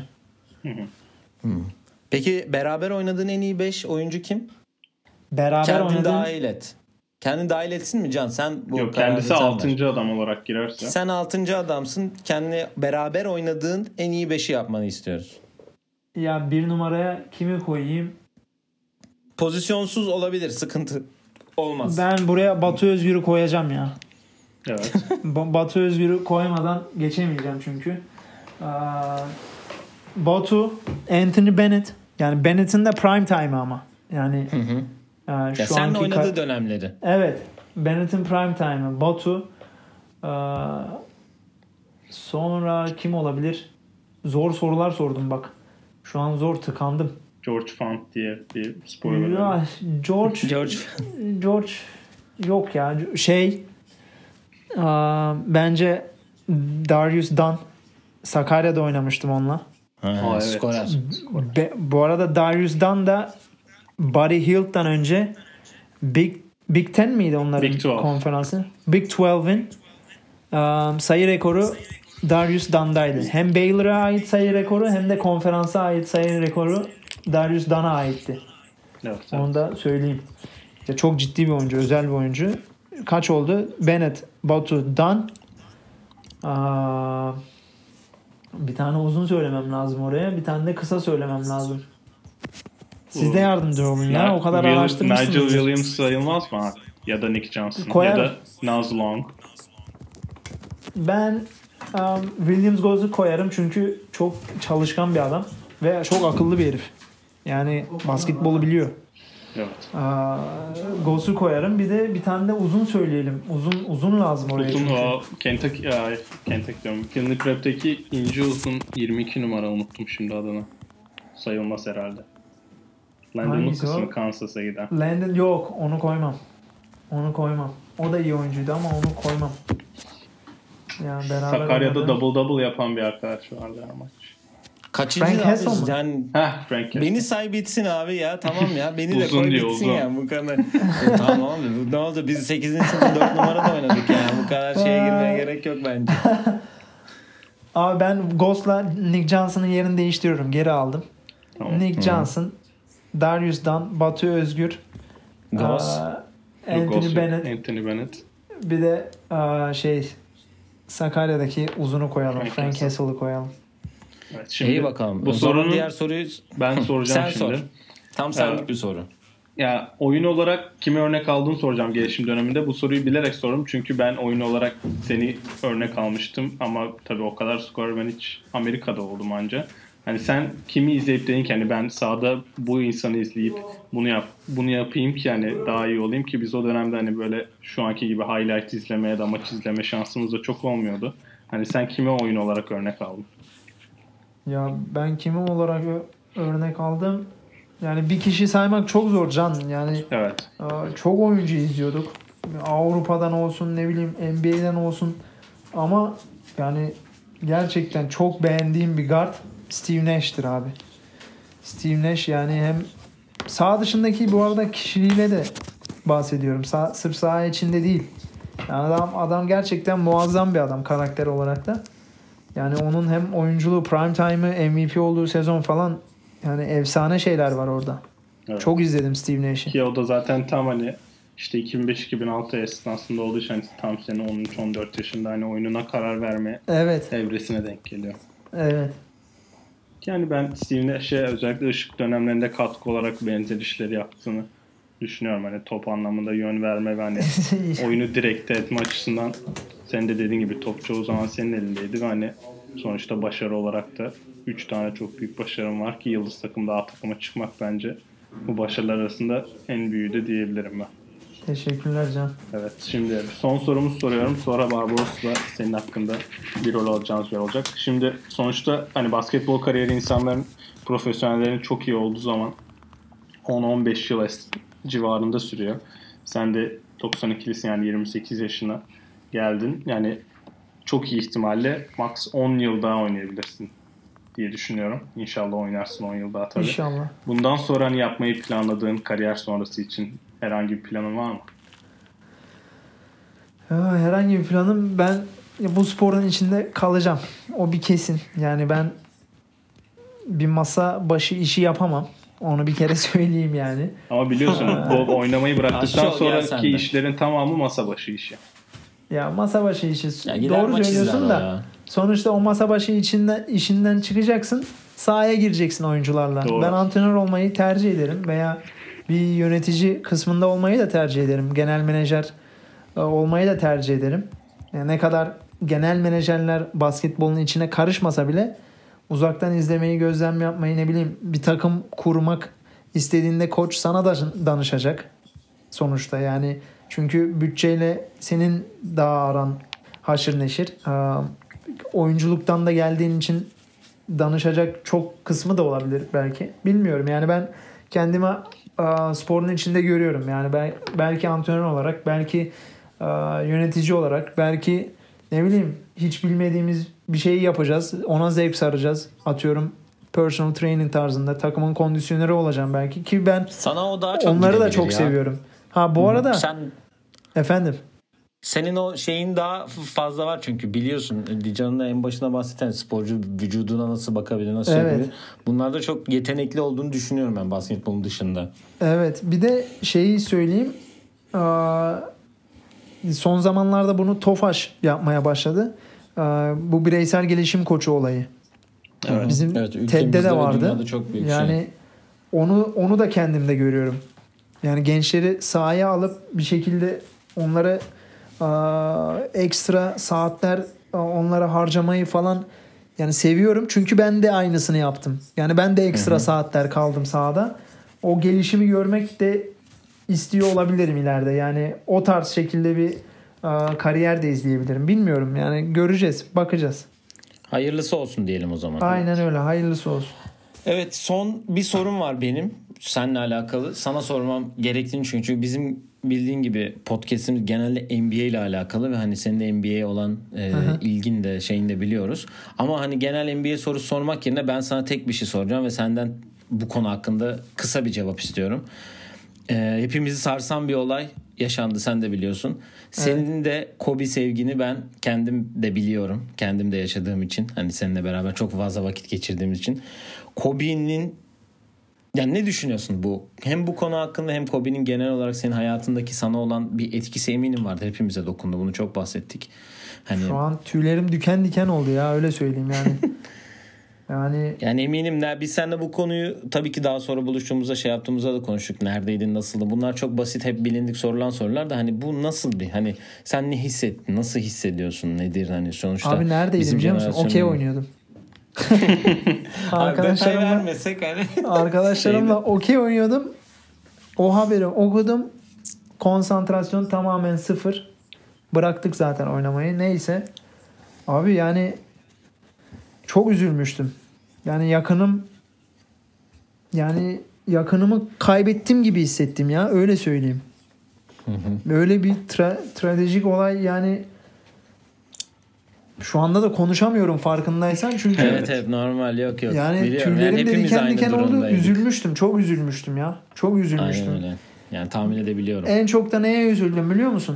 Peki beraber oynadığın en iyi beş oyuncu kim? Beraber Kendini oynadığım... dahil et. Kendini dahil etsin mi Can? Sen bu Yok, kendisi altıncı adam olarak girerse. Sen altıncı adamsın. Kendini beraber oynadığın en iyi beşi yapmanı istiyoruz. Ya bir numaraya kimi koyayım? Pozisyonsuz olabilir. Sıkıntı olmaz. Ben buraya Batu Özgür'ü koyacağım ya. Evet. Batu Özgür'ü koymadan geçemeyeceğim çünkü. Batu, Anthony Bennett. Yani Bennett'in de prime time ama. Yani hı hı. E, şu ya seninle anki oynadığı ka- dönemleri. Evet. Bennett'in prime time'ı. Batu. E, sonra kim olabilir? Zor sorular sordum bak. Şu an zor tıkandım. George Fant diye bir spoiler. Ya, George George George yok ya. Şey, aa, bence Darius Dunn Sakarya'da oynamıştım onunla. Ha, Aa, evet. skorer. Be, bu arada Darius Dunn da Buddy Hield'dan önce Big Big Ten miydi onların Big twelve. konferansı? Big twelve'in um, sayı rekoru Darius Dunn'daydı. Hem Baylor'a ait sayı rekoru hem de konferansa ait sayı rekoru Darius Dunn'a aitti. Evet, evet. Onu da söyleyeyim. İşte çok ciddi bir oyuncu, özel bir oyuncu. Kaç oldu? Bennett, Batu, Dunn. Aa, bir tane uzun söylemem lazım oraya. Bir tane de kısa söylemem lazım. Siz de yardımcı olun ya. O kadar Will- araştırmışsınız. Nigel Williams sayılmaz mı abi? Ya da Nick Johnson. Koyar. Ya da Naz Long. Ben um, Williams Goz'u koyarım çünkü çok çalışkan bir adam ve çok akıllı bir herif. Yani basketbolu biliyor. Evet. Aa, Goz'u koyarım. Bir de bir tane de uzun söyleyelim. Uzun uzun lazım oraya. Uzun çünkü. o Kentucky, ay, Kentucky diyorum. Finley Prep'teki ince uzun yirmi iki numara, unuttum şimdi adını. Sayılmaz herhalde. Landon Hangisi Lucas'ın o? Kansas'a giden. Landon yok. Onu koymam. Onu koymam. O da iyi oyuncuydu ama onu koymam. Yani beraber Sakarya'da oynadı. double double yapan bir arkadaş vardı ama. Kaçıncı Frank abi? Hassel mı? Yani Heh, Frank Kessler. beni say bitsin abi ya. Tamam ya. Beni de Uzun koy diyor, bitsin uzun. ya. Bu kadar. E, tamam abi. Ne oldu? Biz sekizinci sınıfta dört numarada oynadık ya. Bu kadar şeye girmeye gerek yok bence. Abi ben Ghost'la Nick Johnson'ın yerini değiştiriyorum. Geri aldım. Tamam. Nick Johnson, Darius Dunn, Batu Özgür, Ghost. aa, Yok, Anthony olsun. Bennett, Anthony Bennett. bir de aa, şey Sakarya'daki uzunu koyalım. Frank Frank Hassel. Hassel'ı koyalım. Evet, şimdi İyi bakalım. Bu O zaman sorunun diğer soruyu ben soracağım sen şimdi. sor. Tam senlik Evet. bir soru. Ya oyun olarak kimi örnek aldığını soracağım gelişim döneminde. Bu soruyu bilerek sordum çünkü ben oyun olarak seni örnek almıştım ama tabii o kadar skor ben hiç Amerika'da oldum anca. Hani sen kimi izleyip dedin ki hani ben sahada bu insanı izleyip bunu yap bunu yapayım ki hani daha iyi olayım ki biz o dönemde hani böyle şu anki gibi highlight izleme ya da maç izleme şansımız da çok olmuyordu. Hani sen kime oyun olarak örnek aldın? Ya ben kimi olarak ö- örnek aldım? Yani bir kişi saymak çok zor Can. Yani Evet. aa, çok oyuncu izliyorduk. Avrupa'dan olsun, ne bileyim N B A'den olsun. Ama yani gerçekten çok beğendiğim bir guard Steve Nash'tir abi. Steve Nash yani hem sağ dışındaki bu arada kişiliğiyle de bahsediyorum. Sağ, sırf saha içinde değil. Yani adam adam gerçekten muazzam bir adam karakter olarak da. Yani onun hem oyunculuğu, prime time'ı, M V P olduğu sezon falan yani efsane şeyler var orada. Evet. Çok izledim Steve Nash'i. Ki o da zaten tam hani işte iki bin beş iki bin altı esnasında olduğu için hani tam sene on üç on dört yaşında hani oyununa karar verme Evet. evresine denk geliyor. Evet. Yani ben Steve Nash'e özellikle ışık dönemlerinde katkı olarak benzer işleri yaptığını düşünüyorum. Hani top anlamında yön verme ve hani oyunu direkte etme açısından senin de dediğin gibi top çoğu zaman senin elindeydi ve hani sonuçta başarı olarak da üç tane çok büyük başarım var ki Yıldız takımda A takıma çıkmak bence bu başarılar arasında en büyüğü de diyebilirim ben. Teşekkürler Can. Evet, şimdi son sorumuzu soruyorum. Sonra Barbaros'la senin hakkında bir rol alacağınız bir yer olacak. Şimdi sonuçta hani basketbol kariyeri insanların, profesyonellerin çok iyi olduğu zaman on on beş yıl civarında sürüyor. Sen de doksan ikilisin yani yirmi sekiz yaşına geldin. Yani çok iyi ihtimalle max on yıl daha oynayabilirsin diye düşünüyorum. İnşallah oynarsın on yıl daha tabii. İnşallah. Bundan sonra hani yapmayı planladığın kariyer sonrası için herhangi bir planın var mı? Ya, herhangi bir planım ben bu sporun içinde kalacağım. O bir kesin. Yani ben bir masa başı işi yapamam. Onu bir kere söyleyeyim yani. Ama biliyorsun bu oynamayı bıraktıktan Aşçı ol ya sen sonraki de. işlerin tamamı masa başı işi. Ya masa başı işi Ya gider doğru maç söylüyorsun izler o da ya. sonuçta o masa başı içinden işinden çıkacaksın. Sahaya gireceksin oyuncularla. Doğru. Ben antrenör olmayı tercih ederim veya bir yönetici kısmında olmayı da tercih ederim. Genel menajer e, olmayı da tercih ederim. Yani ne kadar genel menajerler basketbolun içine karışmasa bile uzaktan izlemeyi, gözlem yapmayı, ne bileyim bir takım kurmak istediğinde koç sana da danışacak sonuçta yani. Çünkü bütçeyle senin daha aran haşır neşir. Ee, oyunculuktan da geldiğin için danışacak çok kısmı da olabilir belki. Bilmiyorum yani ben kendimi e, sporun içinde görüyorum. Yani ben, belki antrenör olarak, belki e, yönetici olarak, belki ne bileyim hiç bilmediğimiz bir şeyi yapacağız. Ona zevk saracağız. Atıyorum personal training tarzında takımın kondisyoneri olacağım belki ki ben sana o daha çok onları da gidebilir çok ya. seviyorum. Ha bu arada Sen efendim senin o şeyin daha fazla var çünkü biliyorsun Can'ın da en başına bahseden sporcu vücuduna nasıl bakabilir, nasıl Evet. yapabilir. Bunlarda çok yetenekli olduğunu düşünüyorum ben basketbolun dışında. evet bir de şeyi söyleyeyim. Aa, son zamanlarda bunu Tofaş yapmaya başladı. Aa, bu bireysel gelişim koçu olayı. Evet. Bizim Evet, TED'de ülkemizde de ve vardı. dünyada çok büyük yani şey. onu onu da kendimde görüyorum. Yani gençleri sahaya alıp bir şekilde onlara aa, ekstra saatler aa, onlara harcamayı falan yani seviyorum. Çünkü ben de aynısını yaptım. Yani ben de ekstra Hı hı. saatler kaldım sahada. O gelişimi görmek de istiyor olabilirim ileride. Yani o tarz şekilde bir aa, kariyer de izleyebilirim. Bilmiyorum yani göreceğiz, bakacağız. Hayırlısı olsun diyelim o zaman. Aynen öyle. Hayırlısı olsun. Evet, son bir sorum var benim seninle alakalı. Sana sormam gerektiğini çünkü çünkü bizim bildiğin gibi podcast'imiz genelde N B A ile alakalı ve hani senin de N B A'ye olan e, ilgin de şeyini de biliyoruz. Ama hani genel N B A sorusu sormak yerine ben sana tek bir şey soracağım ve senden bu konu hakkında kısa bir cevap istiyorum. E, hepimizi sarsan bir olay yaşandı, sen de biliyorsun. Senin evet. de Kobe sevgini ben kendim de biliyorum. Kendim de yaşadığım için. Hani seninle beraber çok fazla vakit geçirdiğimiz için. Kobe'nin yani ne düşünüyorsun bu? Hem bu konu hakkında hem Kobe'nin genel olarak senin hayatındaki sana olan bir etkisi eminim vardır. Hepimize dokundu. Bunu çok bahsettik. Hani şu an tüylerim diken diken oldu ya öyle söyleyeyim yani. Yani yani eminim ne biz seninle bu konuyu tabii ki daha sonra buluştuğumuzda şey yaptığımızda da konuştuk. Neredeydin, nasıldı? Bunlar çok basit, hep bilindik sorulan sorular da hani bu nasıl bir hani sen ne hissettin? Nasıl hissediyorsun? Nedir hani sonuçta? Abi neredeydim biliyor musun? Okey oynuyordum. arkadaşlarımla vermesek hani. arkadaşlarımla okey oynuyordum. O haberi okudum. Konsantrasyon tamamen sıfır. Bıraktık zaten oynamayı. Neyse. Abi yani çok üzülmüştüm. Yani yakınım yani yakınımı kaybettim gibi hissettim ya. Öyle söyleyeyim. Hı hı. Böyle bir tra- trajik olay yani şu anda da konuşamıyorum farkındaysan çünkü Evet evet normal yok yok. yani biliyorum. tüylerim Yani de hepimiz diken aynı diken oldu. durumdaydık. Üzülmüştüm. Çok üzülmüştüm ya. Çok üzülmüştüm. Aynen öyle. Yani tahmin edebiliyorum. En çok da neye üzüldüm biliyor musun?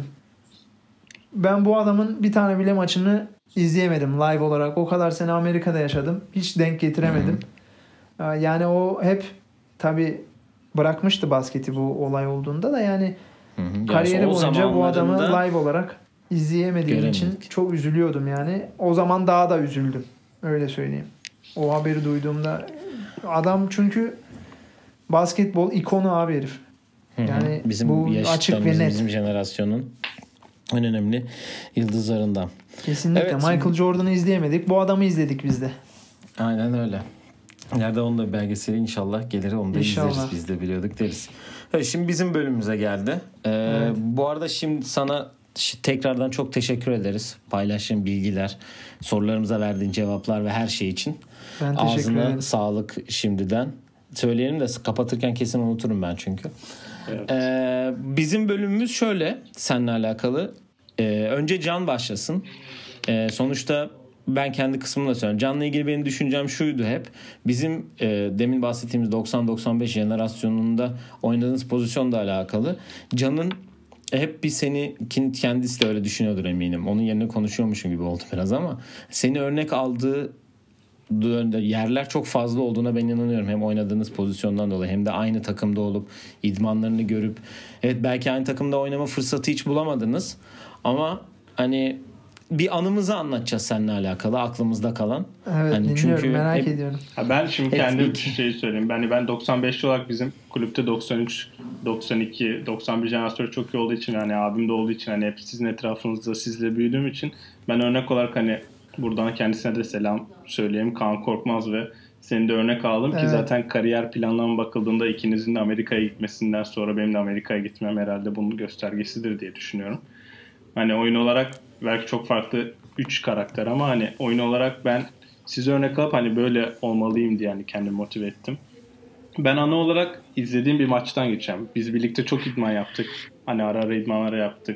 Ben bu adamın bir tane bile maçını izleyemedim live olarak. O kadar sene Amerika'da yaşadım. Hiç denk getiremedim. Hı-hı. Yani o hep tabii bırakmıştı basketi bu olay olduğunda da yani Hı-hı. kariyeri yani boyunca bu adamı zamanlarında live olarak izleyemediğim göremedik. için çok üzülüyordum yani. O zaman daha da üzüldüm. Öyle söyleyeyim. O haberi duyduğumda adam çünkü basketbol ikonu abi herif. Yani bizim bu açık ve net. Bizim jenerasyonun en önemli yıldızlarından. Kesinlikle. Evet. Michael Jordan'ı izleyemedik. Bu adamı izledik biz de. Aynen öyle. Nerede onun da belgeseli inşallah gelir, onu da İnşallah. izleriz, biz de biliyorduk deriz. Evet, şimdi bizim bölümümüze geldi. Ee, Evet. Bu arada şimdi sana tekrardan çok teşekkür ederiz. Paylaştığın bilgiler, sorularımıza verdiğin cevaplar ve her şey için. Ben teşekkür Ağzına ederim. sağlık şimdiden. Söyleyelim de kapatırken kesin unuturum ben çünkü. Evet. Ee, bizim bölümümüz şöyle seninle alakalı. Ee, önce Can başlasın. Ee, sonuçta ben kendi kısmımla söyleyeyim. Can'la ilgili benim düşüncem şuydu hep. Bizim e, demin bahsettiğimiz doksan doksan beş jenerasyonunda oynadığınız pozisyonla alakalı. Can'ın hep bir seni kendisi de öyle düşünüyordur eminim. Onun yerine konuşuyormuşum gibi oldu biraz ama seni örnek aldığı yerler çok fazla olduğuna ben inanıyorum. Hem oynadığınız pozisyondan dolayı hem de aynı takımda olup idmanlarını görüp evet belki aynı takımda oynama fırsatı hiç bulamadınız ama hani bir anımızı anlatacağız seninle alakalı aklımızda kalan. Evet hani dinliyorum çünkü merak hep, ediyorum. Ha ben şimdi hep kendim ilk... şeyi söyleyeyim. Ben ben doksan beşli olarak bizim kulüpte doksan üç, doksan iki, doksan bir jenerasyonu çok iyi olduğu için hani abim de olduğu için hani hep sizin etrafınızda sizle büyüdüğüm için ben örnek olarak hani buradan kendisine de selam söyleyeyim. Kaan Korkmaz ve seni de örnek aldım Evet. ki zaten kariyer planlama bakıldığında ikinizin de Amerika'ya gitmesinden sonra benim de Amerika'ya gitmem herhalde bunun göstergesidir diye düşünüyorum. Hani oyun olarak belki çok farklı üç karakter ama hani oyun olarak ben size örnek alıp hani böyle olmalıyım diye yani kendimi motive ettim. Ben ana olarak izlediğim bir maçtan geçeceğim. Biz birlikte çok idman yaptık. Hani ara ara idmanları yaptık.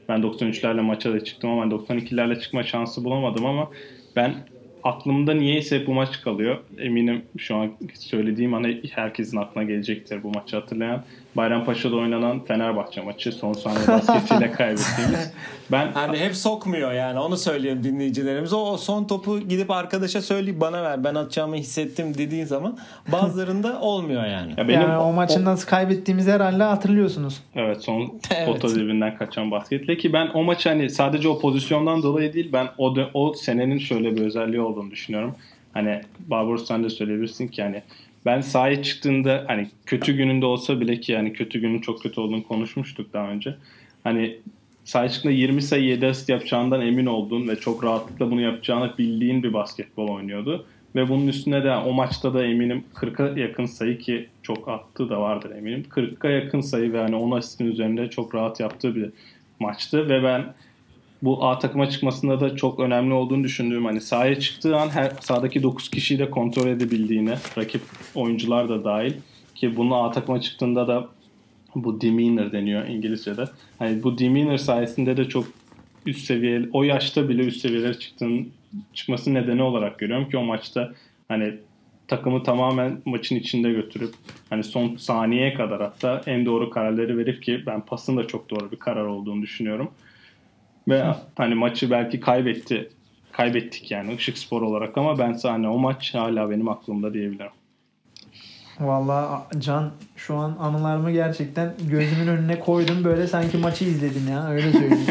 Ben doksan üçlerle maça da çıktım ama doksan ikilerle çıkma şansı bulamadım ama ben aklımda niyeyse bu maç kalıyor. Eminim şu an söylediğim an herkesin aklına gelecektir bu maçı hatırlayan. Bayrampaşa'da oynanan Fenerbahçe maçı son saniye basketiyle kaybettiğimiz. Ben hani hep sokmuyor yani onu söyleyeyim dinleyicilerimize. O son topu gidip arkadaşa söyleyip bana ver ben atacağımı hissettim dediğin zaman bazılarında olmuyor yani. Ya benim, yani o maçın nasıl kaybettiğimizi herhalde hatırlıyorsunuz. Evet son evet. Pota dibinden kaçan basketle ki ben o maç hani sadece o pozisyondan dolayı değil ben o o senenin şöyle bir özelliği olduğunu düşünüyorum. Hani Barbaros sen de söyleyebilirsin ki yani ben sahaya çıktığında hani kötü gününde olsa bile ki yani kötü günün çok kötü olduğunu konuşmuştuk daha önce. Hani sahaya çıktığında yirmi sayı yedi asist yapacağından emin olduğun ve çok rahatlıkla bunu yapacağını bildiğin bir basketbol oynuyordu. Ve bunun üstüne de o maçta da eminim kırka yakın sayı ki çok attığı da vardır eminim. kırka yakın sayı ve hani on asistin üzerinde çok rahat yaptığı bir maçtı ve ben bu A takıma çıkmasında da çok önemli olduğunu düşündüğüm hani sahaya çıktığı an her sahadaki dokuz kişiyi de kontrol edebildiğini, rakip oyuncular da dahil ki bunu A takıma çıktığında da bu demeanor deniyor İngilizce'de. Hani bu demeanor sayesinde de çok üst seviye, o yaşta bile üst seviyelere çıktığını çıkması nedeni olarak görüyorum ki o maçta hani takımı tamamen maçın içinde götürüp hani son saniyeye kadar hatta en doğru kararları verip ki ben pasın da çok doğru bir karar olduğunu düşünüyorum. Ve hani maçı belki kaybetti. Kaybettik yani Işıkspor olarak ama ben hani o maç hala benim aklımda diyebilirim. Vallahi Can şu an anılarımı gerçekten gözümün önüne koydum. Böyle sanki maçı izledim ya. Öyle söyleyeyim.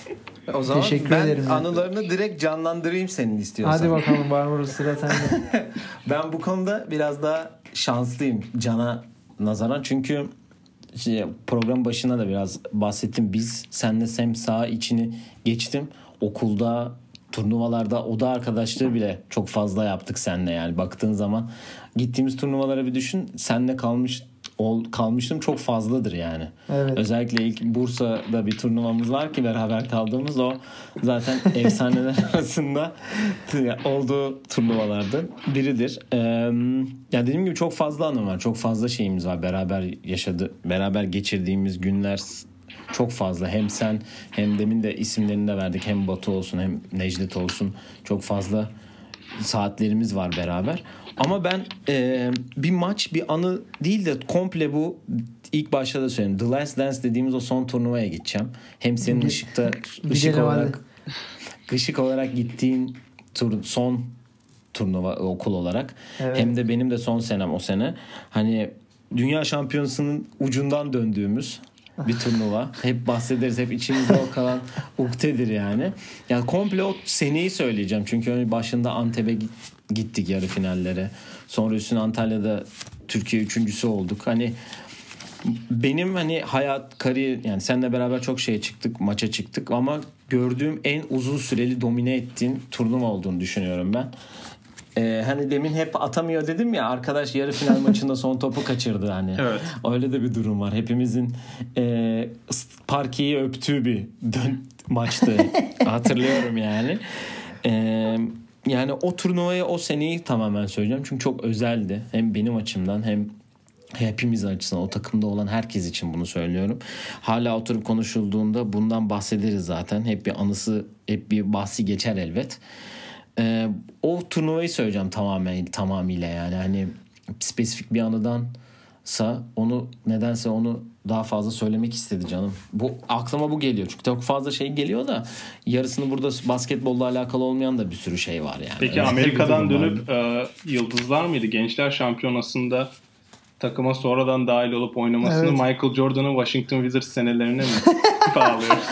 O zaman Teşekkür ben ederim anılarını ya. Direkt canlandırayım senin istiyorsan. Hadi bakalım Barbaros sıra sende. Ben bu konuda biraz daha şanslıyım Can'a nazaran. Çünkü şey, program başına da biraz bahsettim. Biz seninle hem saha içini geçtim. Okulda, turnuvalarda oda arkadaşlığı bile çok fazla yaptık seninle yani. Baktığın zaman gittiğimiz turnuvalara bir düşün. Seninle kalmış ol, kalmıştım çok fazladır yani. Evet. Özellikle ilk Bursa'da bir turnuvamız var ki beraber kaldığımız o zaten efsaneler arasında olduğu turnuvalardan biridir. Ee, ya dediğim gibi çok fazla anım var. Çok fazla şeyimiz var. Beraber yaşadı, beraber geçirdiğimiz günler çok fazla. Hem sen hem demin de isimlerini de verdik. Hem Batu olsun hem Necdet olsun. Çok fazla saatlerimiz var beraber. Ama ben e, bir maç bir anı değil de komple bu ilk başta da söyledim. The Last Dance dediğimiz o son turnuvaya gideceğim. Hem senin ışıkta ışık olarak ışık olarak gittiğin tur, son turnuva okul olarak evet. Hem de benim de son senem o sene. Hani dünya şampiyonasının ucundan döndüğümüz bir turnuva. Hep bahsederiz. Hep içimizde o kalan uktedir yani. Yani komple o seneyi söyleyeceğim. Çünkü başında Antep'e gittik yarı finallere. Sonra üstüne Antalya'da Türkiye üçüncüsü olduk. Hani benim hani hayat, kariyer yani seninle beraber çok şeye çıktık. Maça çıktık ama gördüğüm en uzun süreli domine ettiğin turnuva olduğunu düşünüyorum ben. Ee, hani demin hep atamıyor dedim ya arkadaş yarı final maçında son topu kaçırdı hani. Evet. Öyle de bir durum var. Hepimizin e, parkeyi öptüğü bir dön maçtı. Hatırlıyorum yani. Ee, yani o turnuvayı o seneyi tamamen söyleyeceğim. Çünkü çok özeldi. Hem benim açımdan hem hepimiz açısından o takımda olan herkes için bunu söylüyorum. Hala oturup konuşulduğunda bundan bahsederiz zaten. Hep bir anısı, hep bir bahsi geçer elbet. Ee, o turnuvayı söyleyeceğim tamamen tamamıyla yani hani spesifik bir anıdansa onu nedense onu daha fazla söylemek istedi canım. Bu aklıma bu geliyor çünkü çok fazla şey geliyor da yarısını burada basketbolla alakalı olmayan da bir sürü şey var yani. Peki öyle Amerika'dan dönüp e, Yıldızlar mıydı? Gençler Şampiyonası'nda takıma sonradan dahil olup oynamasını evet. Michael Jordan'ın Washington Wizards senelerine mi bağlıyoruz?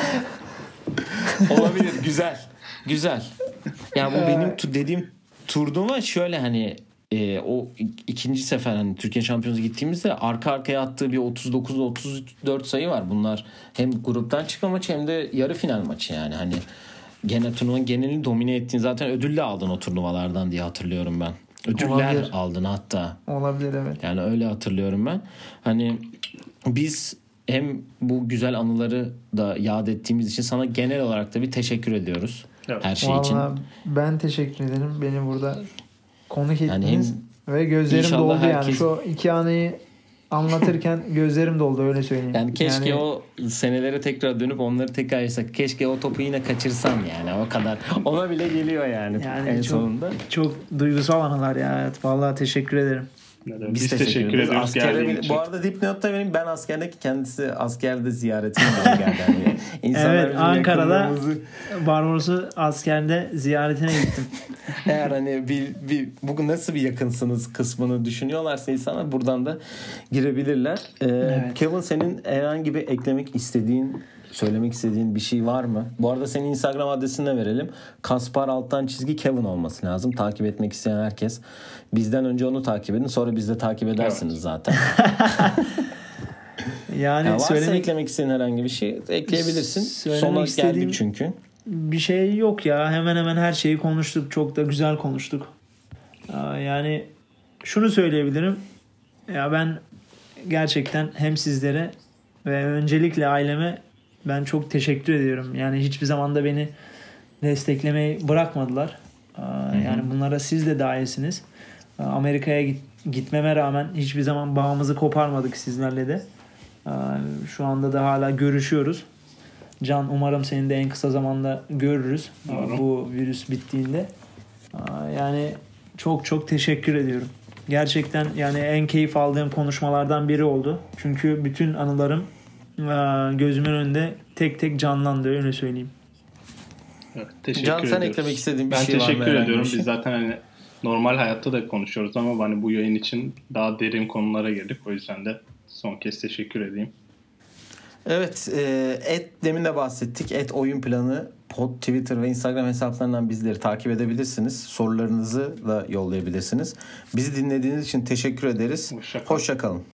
Olabilir, güzel. Güzel. Yani bu benim tu- dediğim turnuva şöyle hani e, o ikinci sefer hani Türkiye Şampiyonası gittiğimizde arka arkaya attığı bir otuz dokuz otuz dört sayı var. Bunlar hem gruptan çıkma maçı hem de yarı final maçı yani hani gene turnuvanın genelini domine ettiğin zaten ödül de aldın o turnuvalardan diye hatırlıyorum ben. Ödüller olabilir. Aldın hatta. Olabilir evet. Yani öyle hatırlıyorum ben. Hani biz hem bu güzel anıları da yad ettiğimiz için sana genel olarak da bir teşekkür ediyoruz. Evet. Her şey Vallahi için. Ben teşekkür ederim. Beni burada konuk ettiniz yani ve gözlerim doldu herkes... yani. Şu iki anıyı anlatırken gözlerim doldu, öyle söyleyeyim. Yani keşke yani... o senelere tekrar dönüp onları tekrar yaşasak. Keşke o topu yine kaçırsam yani, o kadar. Ona bile geliyor yani, yani en çok, sonunda. Çok duygusal anılar ya. Vallahi teşekkür ederim. Biz, Biz teşekkür, teşekkür ediyoruz. Askere, bu arada dipnotta benim, ben askerdeki kendisi askerde ziyaretime geldi. Yani evet, Ankara'da yakınlığımızı... Barbaros'u askerde ziyaretine gittim. Eğer hani bir, bir bugün nasıl bir yakınsınız kısmını düşünüyorlarsa insanlar buradan da girebilirler. Ee, evet. Kevin, senin herhangi bir eklemek istediğin, söylemek istediğin bir şey var mı? Bu arada senin Instagram adresini de verelim. Kaspar alttan çizgi Kevin olması lazım. Takip etmek isteyen herkes. Bizden önce onu takip edin. Sonra biz de takip edersiniz evet. zaten. yani ya varsa söylemek... eklemek istediğin herhangi bir şey ekleyebilirsin. Sona geldik çünkü. Bir şey yok ya. Hemen hemen her şeyi konuştuk. Çok da güzel konuştuk. Yani şunu söyleyebilirim. Ya ben gerçekten hem sizlere ve öncelikle aileme ben çok teşekkür ediyorum. Yani hiçbir zaman da beni desteklemeyi bırakmadılar. Yani bunlara siz de dahilsiniz. Amerika'ya git, gitmeme rağmen hiçbir zaman bağımızı koparmadık sizlerle de. Şu anda da hala görüşüyoruz. Can, umarım seni de en kısa zamanda görürüz. Umarım. Bu virüs bittiğinde. Yani çok çok teşekkür ediyorum. Gerçekten yani en keyif aldığım konuşmalardan biri oldu. Çünkü bütün anılarım gözümün önünde tek tek canlandı, öyle söyleyeyim. Evet, teşekkür Can, ediyoruz. sen eklemek istediğin bir ben şey var mı? Ben teşekkür ediyorum. Biz zaten hani normal hayatta da konuşuyoruz ama hani bu yayın için daha derin konulara girdik. O yüzden de son kez teşekkür edeyim. Evet, e, et demin de bahsettik. Et oyun planı pod, Twitter ve Instagram hesaplarından bizleri takip edebilirsiniz. Sorularınızı da yollayabilirsiniz. Bizi dinlediğiniz için teşekkür ederiz. Hoşça kalın. Hoşça kalın.